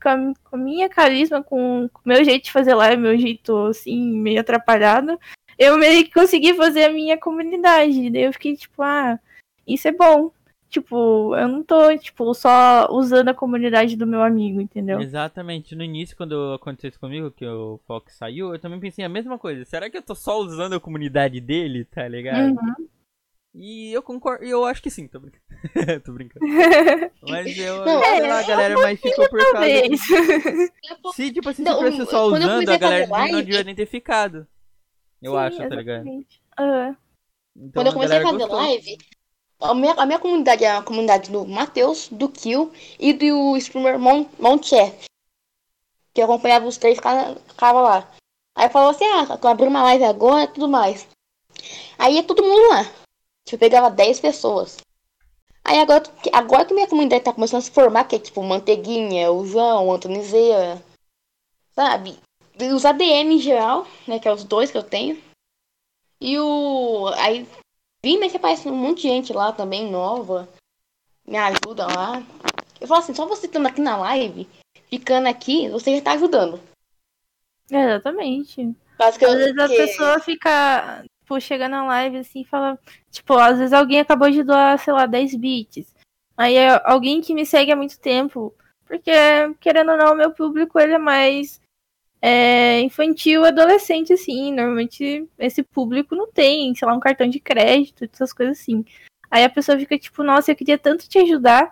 com a, com a minha carisma, com o meu jeito de fazer live, meu jeito, assim, meio atrapalhado, eu meio que consegui fazer a minha comunidade. Daí eu fiquei, tipo, ah, isso é bom. Tipo, eu não tô, tipo, só usando a comunidade do meu amigo, entendeu? Exatamente. No início, quando aconteceu isso comigo, que o Fox saiu, eu também pensei a mesma coisa. Será que eu tô só usando a comunidade dele, tá ligado? Uhum. E eu concordo, eu acho que sim, tô brincando. tô brincando. Mas eu, Não, sei lá, a galera mais ficou por causa... Talvez. Se, tipo assim, se Não, fosse só quando eu usando, comecei a a fazer galera não live- devia nem ter ficado. Eu Sim, acho, tá ligado? exatamente. Aham. Então Quando eu a comecei a galera fazer gostou. live, a minha, a minha comunidade é a comunidade do Matheus, do Kill e do streamer Mon, Monchef. Que eu acompanhava os três, ficava, ficava lá. Aí falou assim, ah, eu abri uma live agora e tudo mais. Aí ia todo mundo lá. Tipo, eu pegava dez pessoas. Aí agora, agora que minha comunidade tá começando a se formar, que é tipo Manteiguinha, o João, o Antonizea, sabe? E os A D M em geral, né? Que é os dois que eu tenho. E o. Aí vim que aparece um monte de gente lá também, nova. Me ajuda lá. Eu falo assim, só você estando aqui na live, ficando aqui, você já tá ajudando. Exatamente. Às Basicamente, vezes a porque... pessoa fica, tipo, chega na live assim e fala, tipo, às vezes alguém acabou de doar, sei lá, dez bits. Aí é alguém que me segue há muito tempo. Porque, querendo ou não, o meu público ele é mais é, infantil, adolescente, assim. Normalmente esse público não tem, sei lá, um cartão de crédito, essas coisas assim. Aí a pessoa fica tipo, nossa, eu queria tanto te ajudar.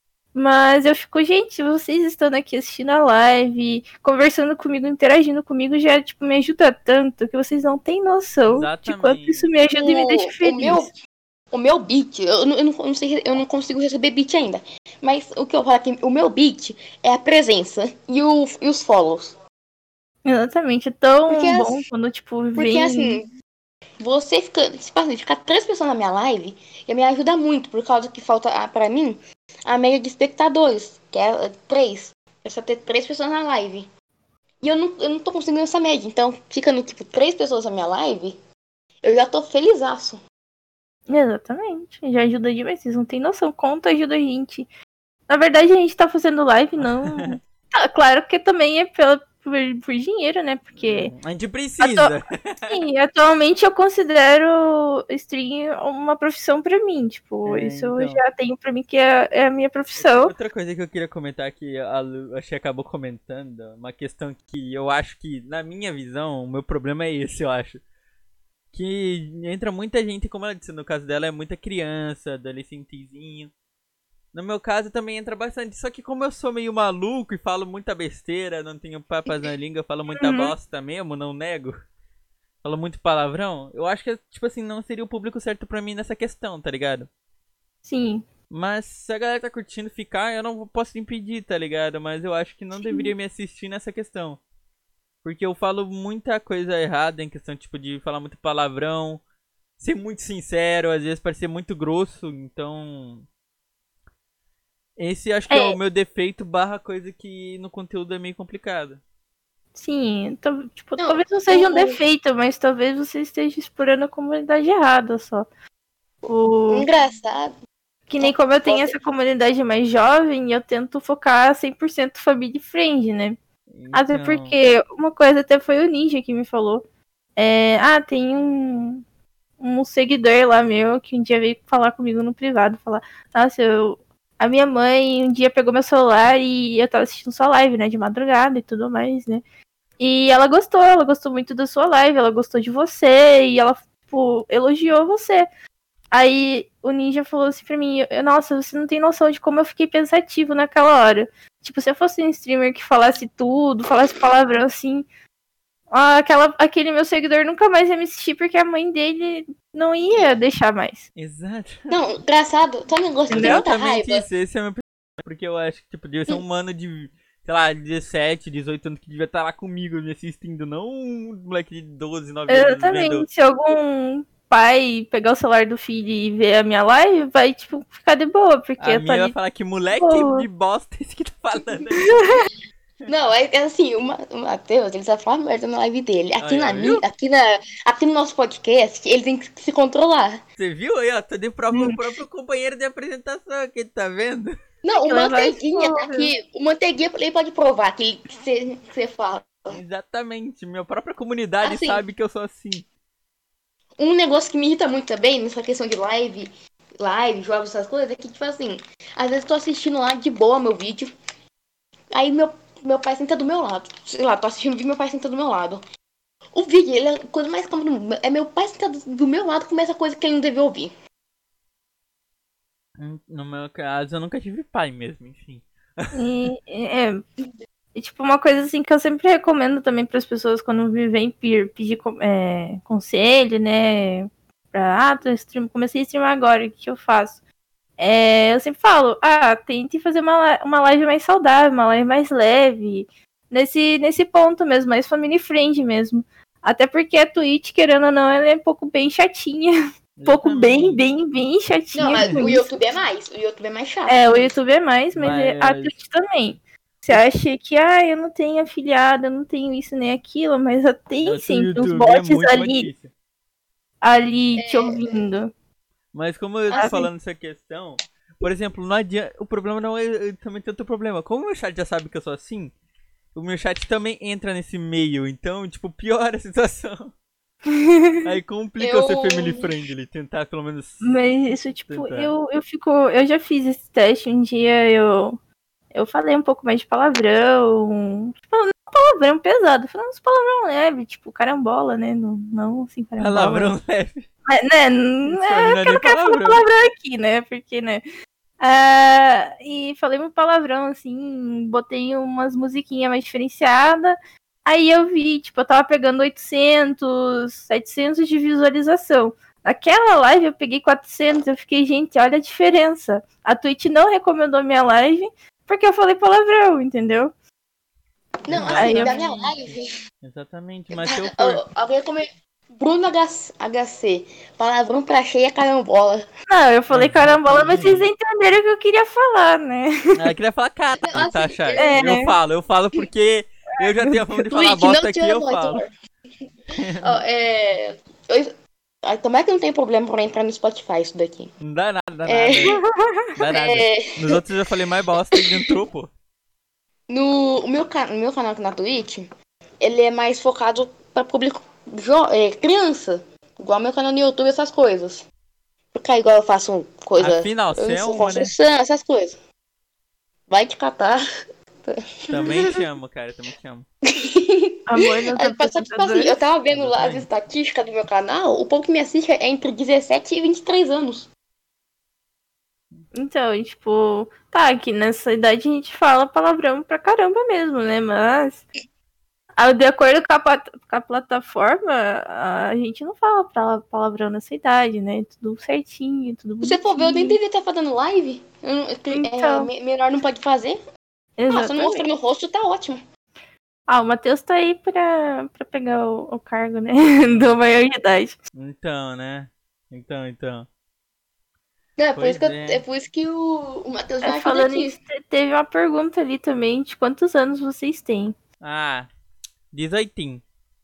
Mas eu fico, gente, vocês estando aqui assistindo a live, conversando comigo, interagindo comigo, já, tipo, me ajuda tanto que vocês não têm noção de quanto isso me ajuda e me deixa O, o feliz. meu, o meu beat, eu, não- eu, não, eu não sei, eu não consigo receber beat ainda. Mas o que eu falo aqui, o meu beat é a presença e, o, e os follows. Exatamente, é tão Porque, bom as- quando, tipo, porque vem... assim, você fica, tipo assim, ficar três pessoas na minha live, já me ajuda muito, por causa que falta ah, pra mim a média de espectadores, que é eh, três. É só ter três pessoas na live. E eu não, eu não tô conseguindo essa média. Então, ficando, tipo, três pessoas na minha live, eu já tô felizaço. Exatamente, já ajuda demais, vocês não têm noção quanto ajuda a gente. Na verdade, a gente tá fazendo live, não... Ah, claro que também é pela, por, por dinheiro, né, porque... A gente precisa. Atu... Sim, atualmente eu considero stream uma profissão pra mim, tipo, É, isso eu então. já tenho pra mim que é, é a minha profissão. Outra coisa que eu queria comentar que a Lu, acho que acabou comentando, uma questão que eu acho que, na minha visão, o meu problema é esse, eu acho. Que entra muita gente, como ela disse, no caso dela é muita criança, adolescentezinho. No meu caso também entra bastante, só que como eu sou meio maluco e falo muita besteira, não tenho papas na língua, falo muita Uhum. bosta mesmo, não nego. Falo muito palavrão, eu acho que, tipo assim, não seria o público certo pra mim nessa questão, tá ligado? Sim, Mas se a galera tá curtindo ficar, eu não posso impedir, tá ligado? Mas eu acho que não Sim. deveria me assistir nessa questão. Porque eu falo muita coisa errada em questão, tipo, de falar muito palavrão, ser muito sincero, às vezes parecer muito grosso, então... Esse acho que é, É. o meu defeito barra coisa que no conteúdo é meio complicado. sim, to- tipo, Não, talvez não seja um o- defeito, mas talvez você esteja explorando a comunidade errada só. O... Engraçado. Que nem como eu tenho Você- essa comunidade mais jovem, eu tento focar cem por cento family friend, né? Até Então, porque uma coisa até foi o Ninja que me falou. É, ah, tem um, um seguidor lá meu que um dia veio falar comigo no privado, falar, nossa, eu, a minha mãe um dia pegou meu celular e eu tava assistindo sua live, né, de madrugada e tudo mais, né? E ela gostou, ela gostou muito da sua live, ela gostou de você e ela, tipo, elogiou você. Aí o Ninja falou assim pra mim, eu, nossa, você não tem noção de como eu fiquei pensativo naquela hora. Tipo, se eu fosse um streamer que falasse tudo, falasse palavrão assim, aquela, aquele meu seguidor nunca mais ia me assistir porque a mãe dele não ia deixar mais. exato. Não, engraçado. Sabe um negócio que tem muita Exatamente raiva? isso, esse é o meu problema. Porque eu acho que, tipo, devia ser um mano de, sei lá, dezessete, dezoito anos que devia estar lá comigo me assistindo, não um moleque de doze, nove anos vendo. Exatamente. Se algum pai pegar o celular do filho e ver a minha live, vai, tipo, ficar de boa, porque A eu tô minha vai ali. falar que moleque Boa. de bosta esse que tá falando aí. Não, é, é assim, o Ma- o Matheus, ele só fala merda na live dele. Aqui, Aí, ó, na, viu? mi- aqui, na, aqui no nosso podcast, ele tem que se controlar. Você viu aí, ó? Tô de prova o próprio companheiro de apresentação aqui, tá vendo? Não, Tem que o levar Manteiguinha isso, tá aqui. O Manteiguinha ele pode provar que você que você fala. Exatamente. Minha própria comunidade Assim. sabe que eu sou assim. Um negócio que me irrita muito também, nessa questão de live, live, jogos, essas coisas, é que, tipo assim, às vezes eu tô assistindo lá de boa meu vídeo, aí meu, meu pai senta do meu lado. Sei lá, tô assistindo o vídeo, meu pai senta do meu lado. O vídeo, ele é a coisa mais comum do mundo. É meu pai sentado do meu lado, começa coisa que ele não deve ouvir. Hum, No meu caso, eu nunca tive pai mesmo, enfim. E, é, e, tipo, uma coisa assim que eu sempre recomendo também para as pessoas quando me vêm pedir, pedir é, conselho, né? Pra, ah, tô stream, comecei a streamar agora, o que eu faço? É, eu sempre falo, ah, tente fazer uma, uma live mais saudável, uma live mais leve, nesse, nesse ponto mesmo, mais family friend mesmo. Até porque a Twitch, querendo ou não, ela é um pouco bem chatinha. Um pouco bem, bem, bem Não, chatinha mas com o isso. YouTube é mais. O YouTube é mais chato. É, o YouTube é mais, mas, é a Mas- Twitch também. Você acha que, ah, eu não tenho afiliado, eu não tenho isso nem aquilo, mas tem Nossa, o sempre uns YouTube é bots muito mais ali, difícil. ali te ouvindo. Mas como eu tô Assim. falando essa questão, por exemplo, não adianta. O problema não é é também tanto problema. Como o meu chat já sabe que eu sou assim, o meu chat também entra nesse meio. Então, tipo, piora a situação. Aí complica Eu- ser family friendly, tentar pelo menos. Mas isso, tipo, Tentar. eu, eu fico. Eu já fiz esse teste um dia, eu, eu falei um pouco mais de palavrão. Tipo, não palavrão pesado, falando uns palavrão leve, tipo, carambola, né? Não, não assim, carambola. Palavrão leve. Mas, né? Isso É, pra mim não é porque eu nem não quero falar palavrão. palavrão aqui, né? Porque, né? Ah, e falei um palavrão, assim, botei umas musiquinhas mais diferenciadas. Aí eu vi, tipo, eu tava pegando oitocentos, setecentos de visualização. Naquela live eu peguei quatrocentos, eu fiquei, gente, olha a diferença. A Twitch não recomendou minha live porque eu falei palavrão, entendeu? Não, Aí assim, eu- da minha live. Exatamente, mas se eu for. eu- Alguém come. Bruno H C. Palavrão pra cheia carambola. Não, eu falei carambola, mas vocês Exatamente. entenderam o que eu queria falar, né? Ah, eu queria falar caralho, Não, tá, assim, Chay? é. Eu falo, eu falo porque eu já tenho a fama de falar Twitch, bosta não aqui, te eu amo, falo. Heitor. Ó, é. Eu... Ai, tomara que não tem problema pra entrar no Spotify isso daqui. Não dá nada, dá É. nada. Dá nada. É, Nos outros eu já falei mais bosta e entrou, pô. no, o meu, ca- no meu canal aqui na Twitch, ele é mais focado pra público jo- é, criança. Igual meu canal no YouTube, essas coisas. Porque aí, igual eu faço coisa. Afinal, eu você é ensino uma, né? construção, essas coisas. Vai te catar. Também te amo, cara, também te amo. Amor não É, tá só que, tipo assim, eu tava vendo lá as Exatamente. estatísticas do meu canal, o povo que me assiste é entre dezessete e vinte e três anos. Então, e, tipo, tá, aqui nessa idade a gente fala palavrão pra caramba mesmo, né? Mas, ah, de acordo com a, pat- com a plataforma, a gente não fala pra- palavrão nessa idade, né? Tudo certinho, tudo Se você for ver, eu nem bonitinho. devia estar fazendo live. Eu não- é, Então. me- menor não pode fazer. Ah, se eu não mostrar Exatamente. meu rosto, tá ótimo. Ah, o Matheus tá aí pra, pra pegar o, o cargo, né? Do maior de idade. Então, né? Então, então. Não, é, por Pois isso que, eu- é. é por isso que o, o Matheus me É, ajuda falando aqui. isso, te- teve uma pergunta ali também de quantos anos vocês têm. Ah, dezoito.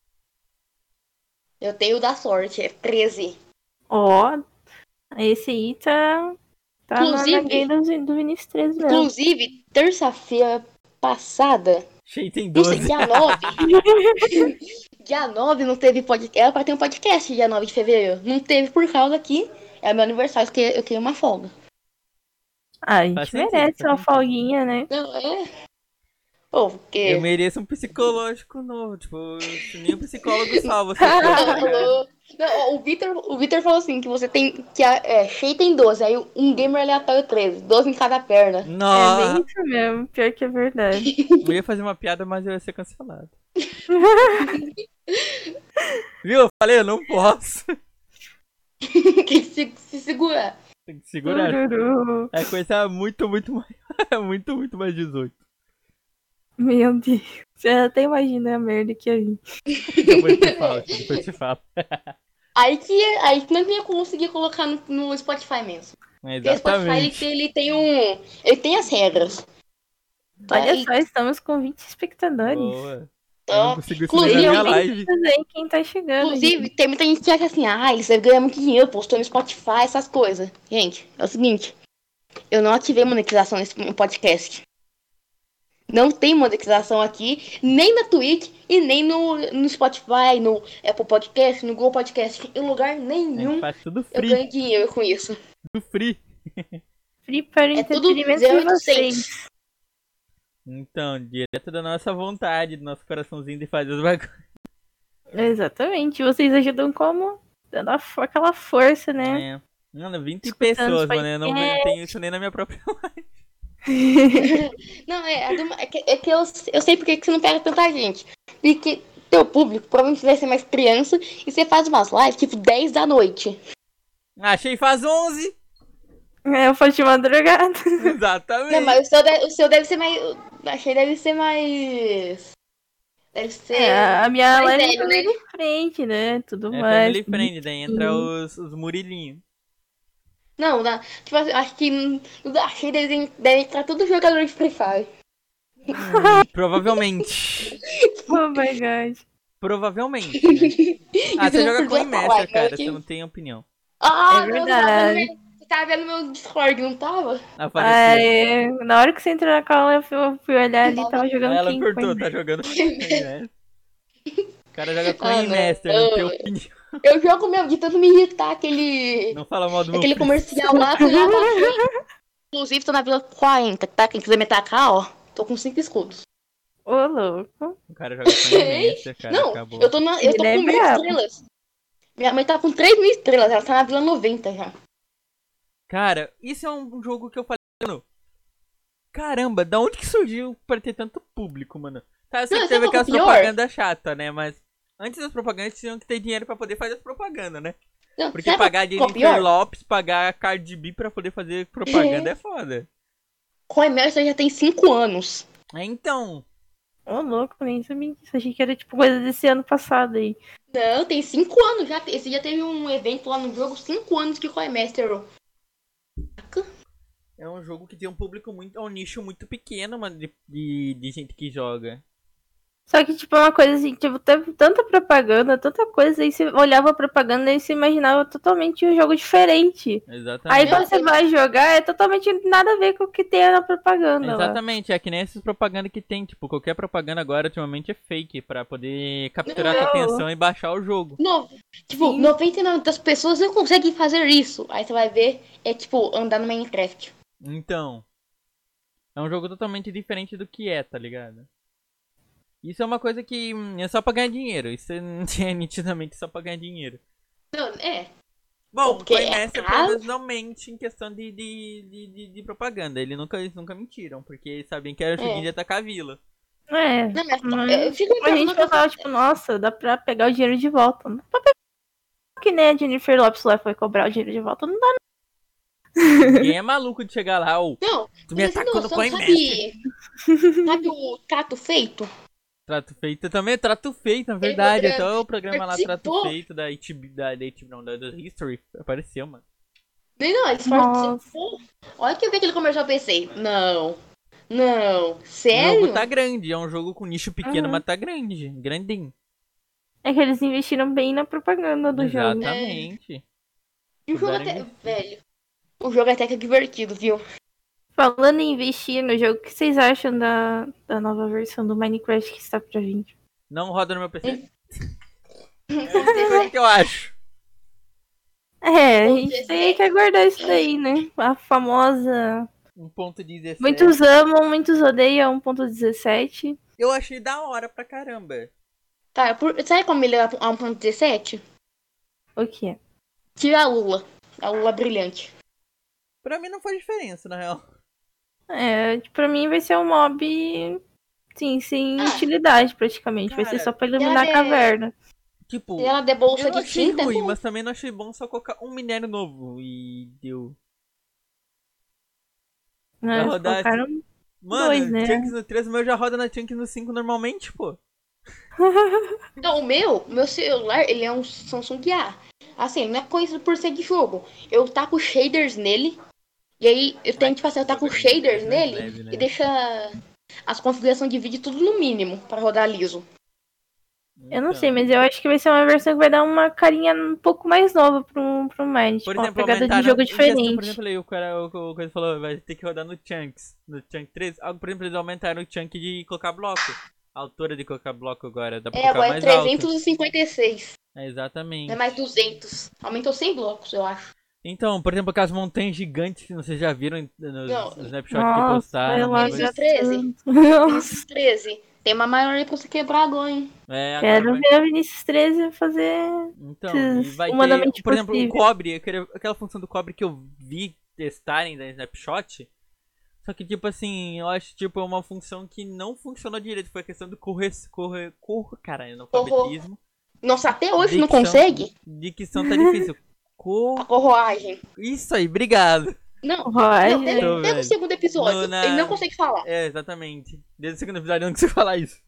Eu tenho da sorte, é treze. Ó, esse aí tá. Tá na Inclusive- na game do, do Vinícius treze mesmo. Inclusive, terça-feira passada, Cheio tem não sei, doze. dia nove. Dia nove não teve podcast. Era pra ter um podcast dia nove de fevereiro. Não teve por causa que é meu aniversário, eu queria, eu queria uma folga. Ah, a gente Faz sentido, merece faz uma sentido. folguinha, né? Não, é. Pô, porque. Eu mereço um psicológico novo. Tipo, nem um psicólogo salva você, tá ligado? Alô? Não, ó, o Vitor o Vitor falou assim: que você tem. Que a, é, cheio tem doze, aí um gamer aleatório treze. doze em cada perna. É bem Nossa, isso mesmo, pior que é verdade. eu ia fazer uma piada, mas eu ia ser cancelado. Viu? Eu falei, eu não posso. Tem que se, se segurar. Tem que segurar. Tururu. É coisa muito, muito mais. muito, muito mais dezoito. Meu Deus. Você até imagina a merda que eu vi. Depois eu te falo, depois eu te falo. Aí que, aí que não ia conseguir colocar no, no Spotify mesmo. Porque o Spotify ele, Exatamente. tem- ele tem um. Ele tem as regras. Olha Aí- só, estamos com vinte espectadores. Boa. Eu Então, não consigo isso inclusive, nem na minha eu- live. Aí quem tá chegando. Inclusive, tem muita gente que acha assim, ah, eles devem ganhar muito dinheiro, postou no Spotify, essas coisas. Gente, é o seguinte, eu não ativei monetização nesse podcast. Não tem monetização aqui, nem na Twitch e nem no, no Spotify, no Apple Podcast, no Google Podcast. Em lugar A gente nenhum faz tudo eu free. ganho dinheiro com isso. Tudo free. Free para o É tudo entretenimento zero de oitocentos. vocês. Então, direto da nossa vontade, do nosso coraçãozinho de fazer os bagulhos. Exatamente. Vocês ajudam como? Dando a fo- aquela força, né? É. Mano, vinte Escutando pessoas, os mano. Eu não podcasts. tenho isso nem na minha própria live. Não, é, a do- é que, é que eu, eu sei porque que você não pega tanta gente. Porque teu público provavelmente vai ser mais criança e você faz umas lives tipo dez da noite. Achei faz onze. É, eu faço de madrugada. Exatamente. Não, mas o seu, deve, o seu deve ser mais. Achei deve ser mais. Deve ser. É, a minha mais live é velho, né? family friend, né? Tudo É mais. family friend, daí entra os, os murilinhos. Não, não. Tipo, assim, acho que. hum, Achei deve, deve entrar todo jogador de Free Fire. Hum, provavelmente. Oh my god. Provavelmente, né? Ah, Isso você não joga com podia o falar, Master, mas cara. que- Você não tem opinião. Ah, É não, você tava vendo verdade. meu, você tava vendo meu Discord, não tava? Apareceu. Ah, é. Na hora que você entrou na call, eu fui- eu fui olhar ali e tava Aí jogando ela quem? perguntou, Coin- tá jogando com o Master. O cara joga com Ah, o não. Master, não tem opinião. Eu jogo mesmo de tanto me irritar aquele. Não fala mal do meu Aquele príncipe. comercial lá que eu já baixei. Inclusive, tô na Vila quarenta, tá? Quem quiser me atacar, ó. Tô com cinco escudos. Ô, louco. O cara joga com o Master, cara. Não, Acabou. eu tô, na, eu tô Ele é com mil brabo. estrelas. Minha mãe tá com três mil estrelas, ela tá na Vila noventa já. Cara, isso é um jogo que eu falei, mano. Caramba, da onde que surgiu pra ter tanto público, mano? Tá, eu sei Não, que sabe teve qual que é o aquelas pior? propagandas chatas, né? Mas antes das propagandas tinham que ter dinheiro pra poder fazer as propagandas, né? Não, Porque sabe pagar qual é o Jennifer pior? Lopes, pagar a Cardi B pra poder fazer propaganda é foda. Coimercer já tem cinco anos. É, então, Ô, louco, nem sabia disso. Achei que era tipo coisa desse ano passado aí. Não, tem cinco anos já. Esse já teve um evento lá no jogo, cinco anos que Coimercer. é um jogo que tem um público muito. É um nicho muito pequeno, mano, de, de, de gente que joga. Só que, tipo, é uma coisa assim, tipo, teve tanta propaganda, tanta coisa, aí você olhava a propaganda e você imaginava totalmente um jogo diferente. Aí Exatamente. quando você vai jogar, é totalmente nada a ver com o que tem na propaganda lá. Exatamente, é que nem essas propagandas que tem, tipo, qualquer propaganda agora ultimamente é fake pra poder capturar Não. a tua atenção e baixar o jogo. No, tipo, Sim. noventa e nove das pessoas não conseguem fazer isso. Aí você vai ver, é tipo, andar no Minecraft. Então, é um jogo totalmente diferente do que é, tá ligado? Isso é uma coisa que hum, é só pra ganhar dinheiro, isso é, é nitidamente só pra ganhar dinheiro. Não, é. Bom, o Porque é Coimercer caro. pelo menos não mente em questão de, de, de, de, de propaganda, Ele nunca, eles nunca mentiram, porque eles sabiam que era o É. seguinte de atacar a vila. É, Não, mas, mas eu fico a gente pensando, pensava, tipo, nossa, dá pra pegar o dinheiro de volta. Não dá pra pegar que nem a Jennifer Lopes lá foi cobrar o dinheiro de volta. Não dá, Ninguém é maluco de chegar lá, ou Não, tu me mas você tem atacou no noção, Coimercer. sabe, sabe o trato feito? Trato feito também, trato feito, na verdade. Ele Até o programa lá, Trato participou. Feito da H B, da, da H B, não, da, da History, apareceu, mano. Não, não, eles Nossa. participou. Olha que eu vi aquele comercial, eu pensei, não, não, O sério? jogo tá grande, é um jogo com nicho pequeno, Uhum. mas tá grande, grandinho. É que eles investiram bem na propaganda do jogo. Exatamente. E o jogo Puderam até, investir. velho, o jogo até que é divertido, viu? Falando em investir no jogo, o que vocês acham da, da nova versão do Minecraft que está pra vir? Não roda no meu P C. Vamos É o ver, que eu acho. É, a Bom, gente tem dezessete. que aguardar isso daí, né? A famosa. um ponto dezessete. Muitos amam, muitos odeiam um ponto dezessete. Eu achei da hora pra caramba. Tá, por, sabe como ele é a um ponto dezessete? O que é? Tira a Lula, a Lula brilhante. Pra mim não faz diferença, na real. É, tipo, pra mim vai ser um mob, sim, sem Ah. utilidade praticamente. Vai ser Cara, só pra iluminar ela a é- caverna. Tipo, Se ela der bolsa eu não de achei tinta, ruim, é bom. mas também não achei bom só colocar um minério novo e deu. Né? Vai Eles rodar colocaram... Mano, Dois, né? Chunks no três, o meu já roda na Chunks no cinco normalmente, pô. Não, o meu, o meu celular, ele é um Samsung A. Assim, não é conhecido por ser de jogo. Eu taco shaders nele. E aí, eu tenho, tipo assim, eu taco shaders nele Leve, né? e deixa as configurações de vídeo tudo no mínimo pra rodar liso. Eu não Então, sei, mas eu acho que vai ser uma versão que vai dar uma carinha um pouco mais nova pro, pro Mind. Por Tipo, uma exemplo, pegada de aumentaram jogo em questão, por diferente. exemplo, aí o cara, o, o coisa falou, vai ter que rodar no Chunks, no Chunk três. Algo, por exemplo, eles aumentaram o Chunk de colocar bloco. A altura de colocar bloco agora, dá pra É, colocar agora é mais alto. trezentos e cinquenta e seis. É, Não é exatamente. mais duzentos. Aumentou cem blocos, eu acho. Então, por exemplo, aquelas montanhas gigantes que vocês já viram nos Não. snapshots que Nossa, vai postaram. lá Mano, Vinícius vai... treze. tanto. Nossa, Vinícius treze. Tem uma maior aí pra você quebrar agora, hein? É, agora quero vai... ver a Vinícius treze fazer Então, e vai ter, humanamente por exemplo, o possível. cobre, aquele- aquela função do cobre que eu vi testarem da Snapshot. Só que, tipo assim, eu acho tipo é uma função que não funcionou direito. Foi a questão do corre... corre... corre... Caralho, analfabetismo. Nossa, até hoje não Dicção. consegue? Dicção tá difícil. A Cor... corroagem. Isso aí, obrigado. Não, Roger. não, pega, Tô, pega o velho. segundo episódio. No- na- Ele não consegue falar. É, exatamente. Desde o segundo episódio eu não consigo falar isso.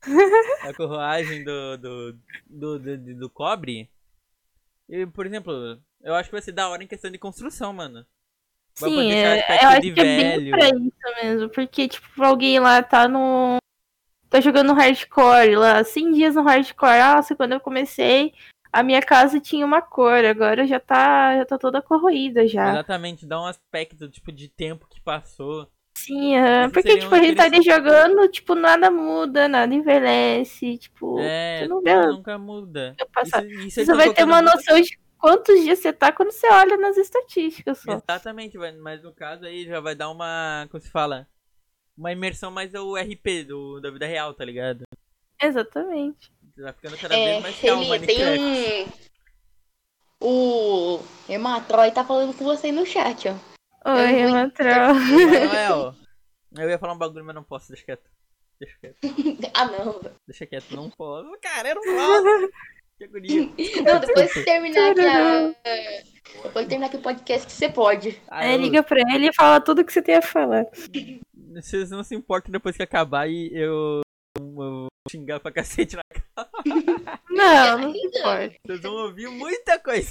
A corroagem do, do, do, do, do- do cobre. E, por exemplo, eu acho que vai ser da hora em questão de construção, mano. Vai Sim, poder é, deixar eu aspecto acho de que é bem velho. pra isso mesmo. Porque, tipo, pra alguém lá tá no. Tá jogando hardcore lá, cem dias no hardcore. Nossa, quando eu comecei, a minha casa tinha uma cor, agora já tá, já tá toda corroída já. Exatamente, dá um aspecto tipo de tempo que passou. Sim, aham. Isso Porque, seria tipo, um a gente tá ali interessante. jogando, tipo, nada muda, nada envelhece, tipo, É, você não vê tudo o nunca muda. que passar. Isso, isso Você eles só estão vai ter colocando uma muito. noção de quantos dias você tá quando você olha nas estatísticas só. Exatamente, vai- mas no caso aí já vai dar uma. Como se fala? Uma imersão mais ao R P do, da vida real, tá ligado? Exatamente. Tá ficando cada É, vez mais real o ele tem Minecraft. um. O Ematroy tá falando com você aí no chat, ó. Oi, Eu vou Ematrol. Manuel, eu ia falar um bagulho, mas não posso, deixa quieto. Deixa quieto, Ah, não. deixa quieto, não posso. Cara, eu não posso. Que agonia. Não, depois que terminar aqui Tururu. a... Depois que terminar aqui o podcast, você pode. Ah, Aí eu- liga pra ele e fala tudo que você tem a falar. Vocês não se importam depois que acabar e eu, eu vou xingar pra cacete na cara. Não, não importa. Vocês vão ouvir muita coisa.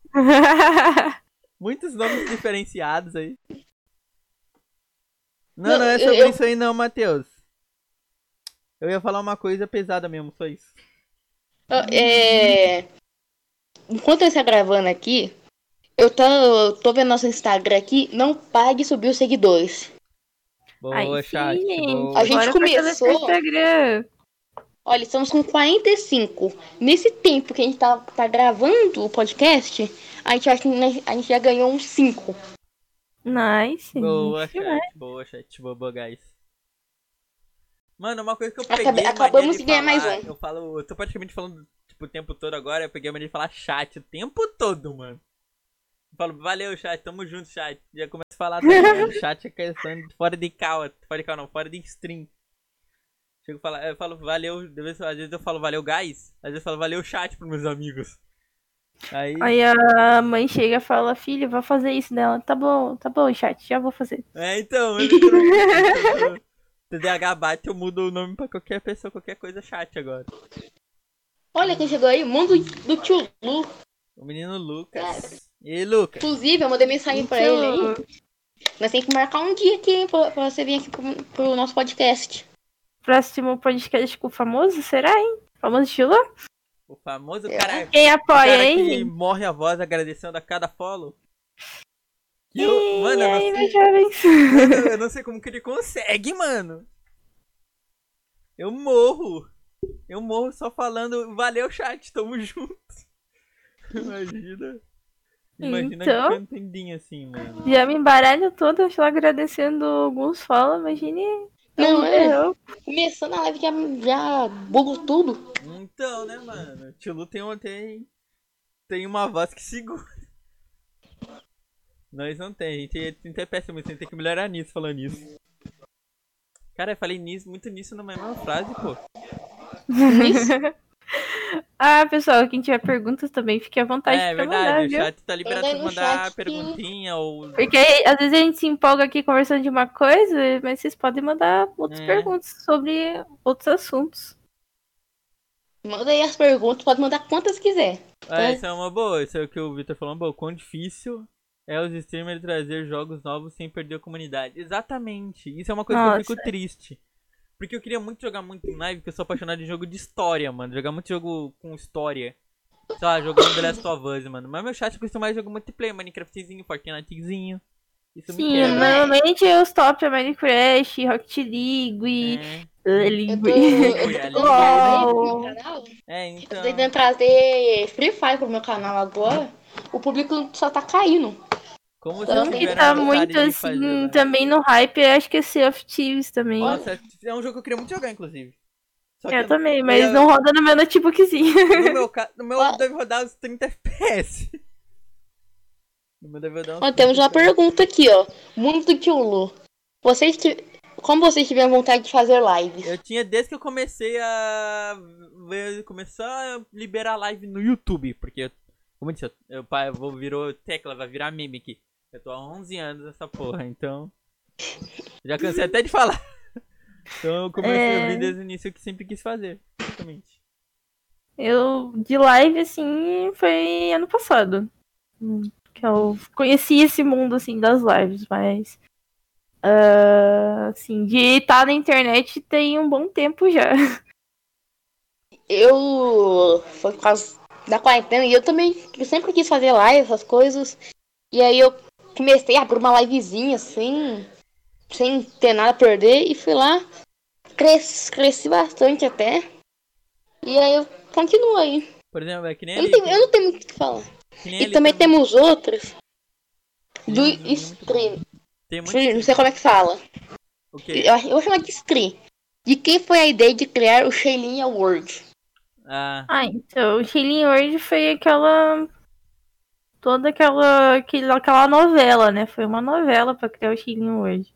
Muitos nomes diferenciados aí. Não, Não, não é eu- sobre eu- isso aí não, Matheus. Eu ia falar uma coisa pesada mesmo, só isso. Ah, É... Enquanto eu estou gravando aqui, eu tô, eu tô vendo nosso Instagram aqui. Não pague subir os seguidores. Boa, Aí sim, chat. gente. Boa. A gente Bora começou- fortalecer o Instagram. Olha, estamos com quarenta e cinco. Nesse tempo que a gente tá, tá gravando o podcast, a gente, acha que a gente já ganhou uns cinco. Nice. Boa, Isso é. chat. Boa, chat. Boa, boa, guys. Mano, uma coisa que eu Acabe- peguei acabamos mania de ganhar mais falar, um. eu falo, eu tô praticamente falando, tipo, o tempo todo agora, eu peguei a mania de falar chat o tempo todo, mano. Eu falo, valeu, chat, tamo junto, chat. Já começo a falar, tá ligado? Chat é questão de fora de cal, fora de cal não, fora de stream. Chego a falar, eu falo, valeu, às vezes, às vezes eu falo, valeu, guys. Às vezes eu falo, valeu, chat pros meus amigos. Aí, Aí a mãe chega e fala, filho, vou fazer isso dela. Tá bom, tá bom, chat, já vou fazer. é, então, eu literalmente, T D A H bate, eu mudo o nome pra qualquer pessoa, qualquer coisa, chat agora. Olha quem chegou aí, mundo do tio Lu. O menino Lucas. E aí, Lucas? Inclusive, eu mandei mensagem pra ele aí. Nós temos que marcar um dia aqui, hein, pra, pra você vir aqui pro, pro nosso podcast. Próximo podcast com o famoso, será, hein? Famoso estilo? O famoso É. cara, Quem o apoia, cara hein? que gente? morre a voz agradecendo a cada follow. Que E eu, mano, eu aí, não, meus sei, jovens? mano, eu não sei como que ele consegue, mano. Eu morro. Eu morro só falando, valeu, chat, tamo junto. Imagina. Imagina Então? que cantandinho assim, mano. Já me embaralho toda só agradecendo alguns follow, imagine. Não, um é. erro. Começando a live já, já bugou tudo. Então, né, mano? Tio Lu tem, um- tem, tem uma voz que segura. Nós não tem, a gente, a gente é péssimo, a gente tem que melhorar nisso, falando nisso. Cara, eu falei nisso, muito nisso na mesma frase, pô. Isso. Ah, pessoal, quem tiver perguntas também, fique à vontade É pra verdade, mandar, o viu? chat tá liberado Manda pra aí no mandar chat que- perguntinha ou... Porque aí, às vezes a gente se empolga aqui conversando de uma coisa, mas vocês podem mandar outras É. perguntas sobre outros assuntos. Manda aí as perguntas, pode mandar quantas quiser. Ah, É. isso é uma boa, isso é o que o Victor falou, uma boa. Quão difícil é os streamers trazer jogos novos sem perder a comunidade. Exatamente, isso é uma coisa que eu Nossa. fico triste. Porque eu queria muito jogar muito em live, porque eu sou apaixonado em jogo de história, mano. Jogar muito jogo com história. Sei lá, jogando The Last of Us, mano. Mas meu chat costuma mais jogar multiplayer, Minecraftzinho, Fortnitezinho. Isso me Sim, quebra. normalmente os top é Minecraft, Rocket League, É, League, Eu tô, eu League, tô a tentando League é trazer pro muito. meu LOL. canal. É, Eu tô então. tentando trazer Free Fire pro meu canal agora. O público só tá caindo. Como se eu Um Então que tem que tiver tá fazer. vontade muito de fazer assim, live. também no hype, eu acho que é Sea of Thieves também. Olha, Nossa, é um jogo que eu queria muito jogar, inclusive. Só que Eu eu, também, eu mas não ia. roda no meu notebookzinho. No meu, ca- no meu ó, deve rodar uns trinta F P S. No meu deve rodar uns ó, trinta temos uma F P S. pergunta aqui, ó. Mundo do Tchulu. Vocês ti- Como vocês tiveram vontade de fazer Eu lives? tinha desde que eu comecei a ver, começar a liberar live no YouTube, porque, como eu disse, eu, pai, vou virou tecla, vai virar meme aqui. Eu tô há onze anos nessa porra, então já cansei até de falar. Então eu comecei, eu vi É, desde o início o que sempre quis fazer, praticamente. eu, de live, assim, foi ano passado. hum, Que eu conheci esse mundo, assim, das lives, mas... ah, assim, de estar na internet tem um bom tempo já. Eu. Foi por causa da quarentena e eu também eu sempre quis fazer live, essas coisas. E aí eu comecei a abrir uma livezinha assim, sem ter nada a perder, e fui lá. Cresci, cresci bastante até. E aí eu continuo aí. Por exemplo, é que nem Eu não ali, tenho, eu que, não tenho muito o que falar. que nem E ali também também. temos outros Ele é do uns vídeos muito bons. stream. Tem muito Stream, não sei streamer. como é que fala. O quê? Eu, acho- eu vou chamar de stream. De quem foi a ideia de criar o Sheilinha World? Ah, Ah, então, o Healing Word foi aquela... Toda aquela, aquela, aquela novela, né? Foi uma novela pra criar o Healing Word.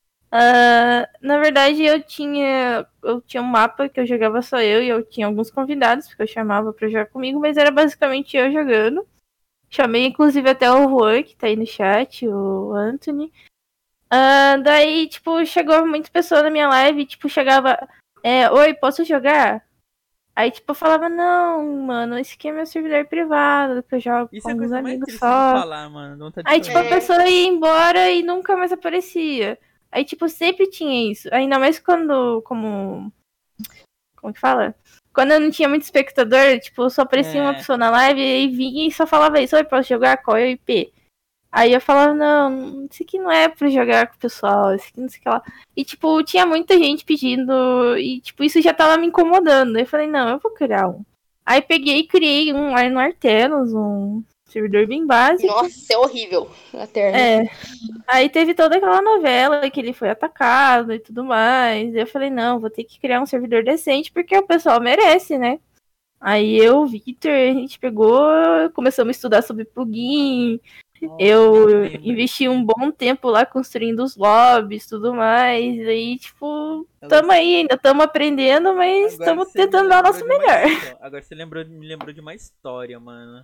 Ah, na verdade, eu tinha, eu tinha um mapa que eu jogava só eu e eu tinha alguns convidados que eu chamava pra jogar comigo, mas era basicamente eu jogando. Chamei inclusive até o Juan, que tá aí no chat, o Anthony. Ah, daí, tipo, chegou muita pessoa na minha live, tipo, chegava, é, oi, posso jogar? Aí, tipo, eu falava, não, mano, esse aqui é meu servidor privado, que eu jogo isso com é a alguns coisa mais amigos triste de só. falar, mano. Dá vontade de Aí, tipo, a chorar. É, pessoa ia embora e nunca mais aparecia. Aí, tipo, sempre tinha isso. Ainda mais quando, como, como que fala? Quando eu não tinha muito espectador, tipo, só aparecia uma É, pessoa na live e vinha e só falava isso, oi, posso jogar? Qual é o I P? Aí eu falava, não, isso aqui não é pra jogar com o pessoal, isso aqui não sei o que lá. E, tipo, tinha muita gente pedindo e, tipo, isso já tava me incomodando. Aí eu falei, não, eu vou criar um. Aí peguei e criei um lá no Artenos, um servidor bem básico. nossa, é horrível a terna. É, aí teve toda aquela novela que ele foi atacado e tudo mais. Eu falei, não, vou ter que criar um servidor decente porque o pessoal merece, né? Aí eu, o Victor, a gente pegou, começamos a estudar sobre plugin. nossa, nem Eu me lembra. investi um bom tempo lá construindo os lobbies e tudo mais. Aí, tipo, Agora, tamo aí, ainda estamos aprendendo, mas agora estamos você me tentando dar o lembrou nosso de uma melhor. história. Agora você lembrou, me lembrou de uma história, mano.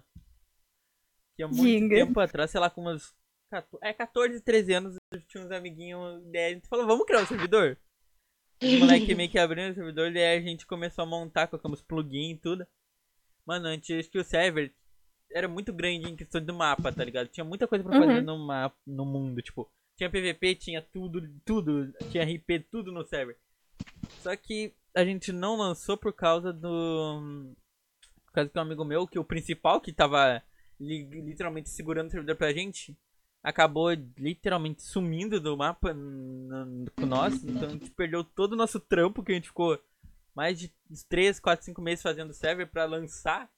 Que há muito Diga. tempo atrás, sei lá, com umas quatorze, é, quatorze, treze anos, eu tinha uns amiguinhos, daí a gente falou, vamos criar um servidor? Os moleque meio que abriram o servidor, daí a gente começou a montar, colocamos plugin e tudo. Mano, antes que o server era muito grande em questão do mapa, tá ligado? Tinha muita coisa pra fazer Uhum. no mapa, no mundo, tipo, tinha P V P, tinha tudo, tudo, tinha R P, tudo no server. Só que a gente não lançou por causa do... Por causa que um amigo meu, que o principal que tava li- literalmente segurando o servidor pra gente, acabou literalmente sumindo do mapa n- n- com nós. Então a gente perdeu todo o nosso trampo que a gente ficou mais de três, quatro, cinco meses fazendo server pra lançar.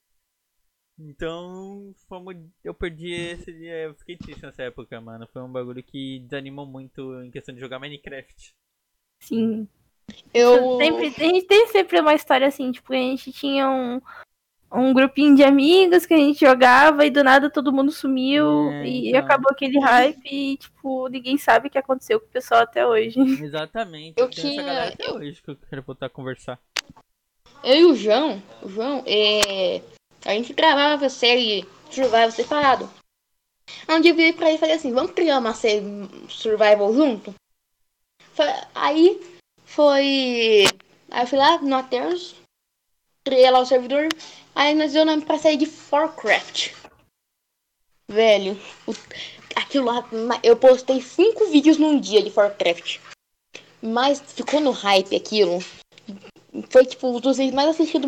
Então, fomos, eu perdi esse dia, eu fiquei triste nessa época, mano. Foi um bagulho que desanimou muito em questão de jogar Minecraft. Sim. Eu. Sempre, a gente tem sempre uma história assim, tipo, a gente tinha um, um grupinho de amigos que a gente jogava e do nada todo mundo sumiu É, e então, acabou aquele hype e, tipo, ninguém sabe o que aconteceu com o pessoal até hoje. exatamente. Eu Eu tenho essa galera tinha. até Eu, hoje que eu quero voltar a conversar. eu e o João. O João, é. A gente gravava a série Survival separado. Aí um dia eu virei pra ele e falei assim, vamos criar uma série Survival junto? Fa- Aí foi. Aí eu fui lá no Aternos, criei lá o servidor. Aí nós deu o nome pra série de Warcraft. Velho, o- aquilo lá. ma- Eu postei cinco vídeos num dia de Warcraft. Mas ficou no hype aquilo. Foi, tipo, um dos vídeos mais assistidos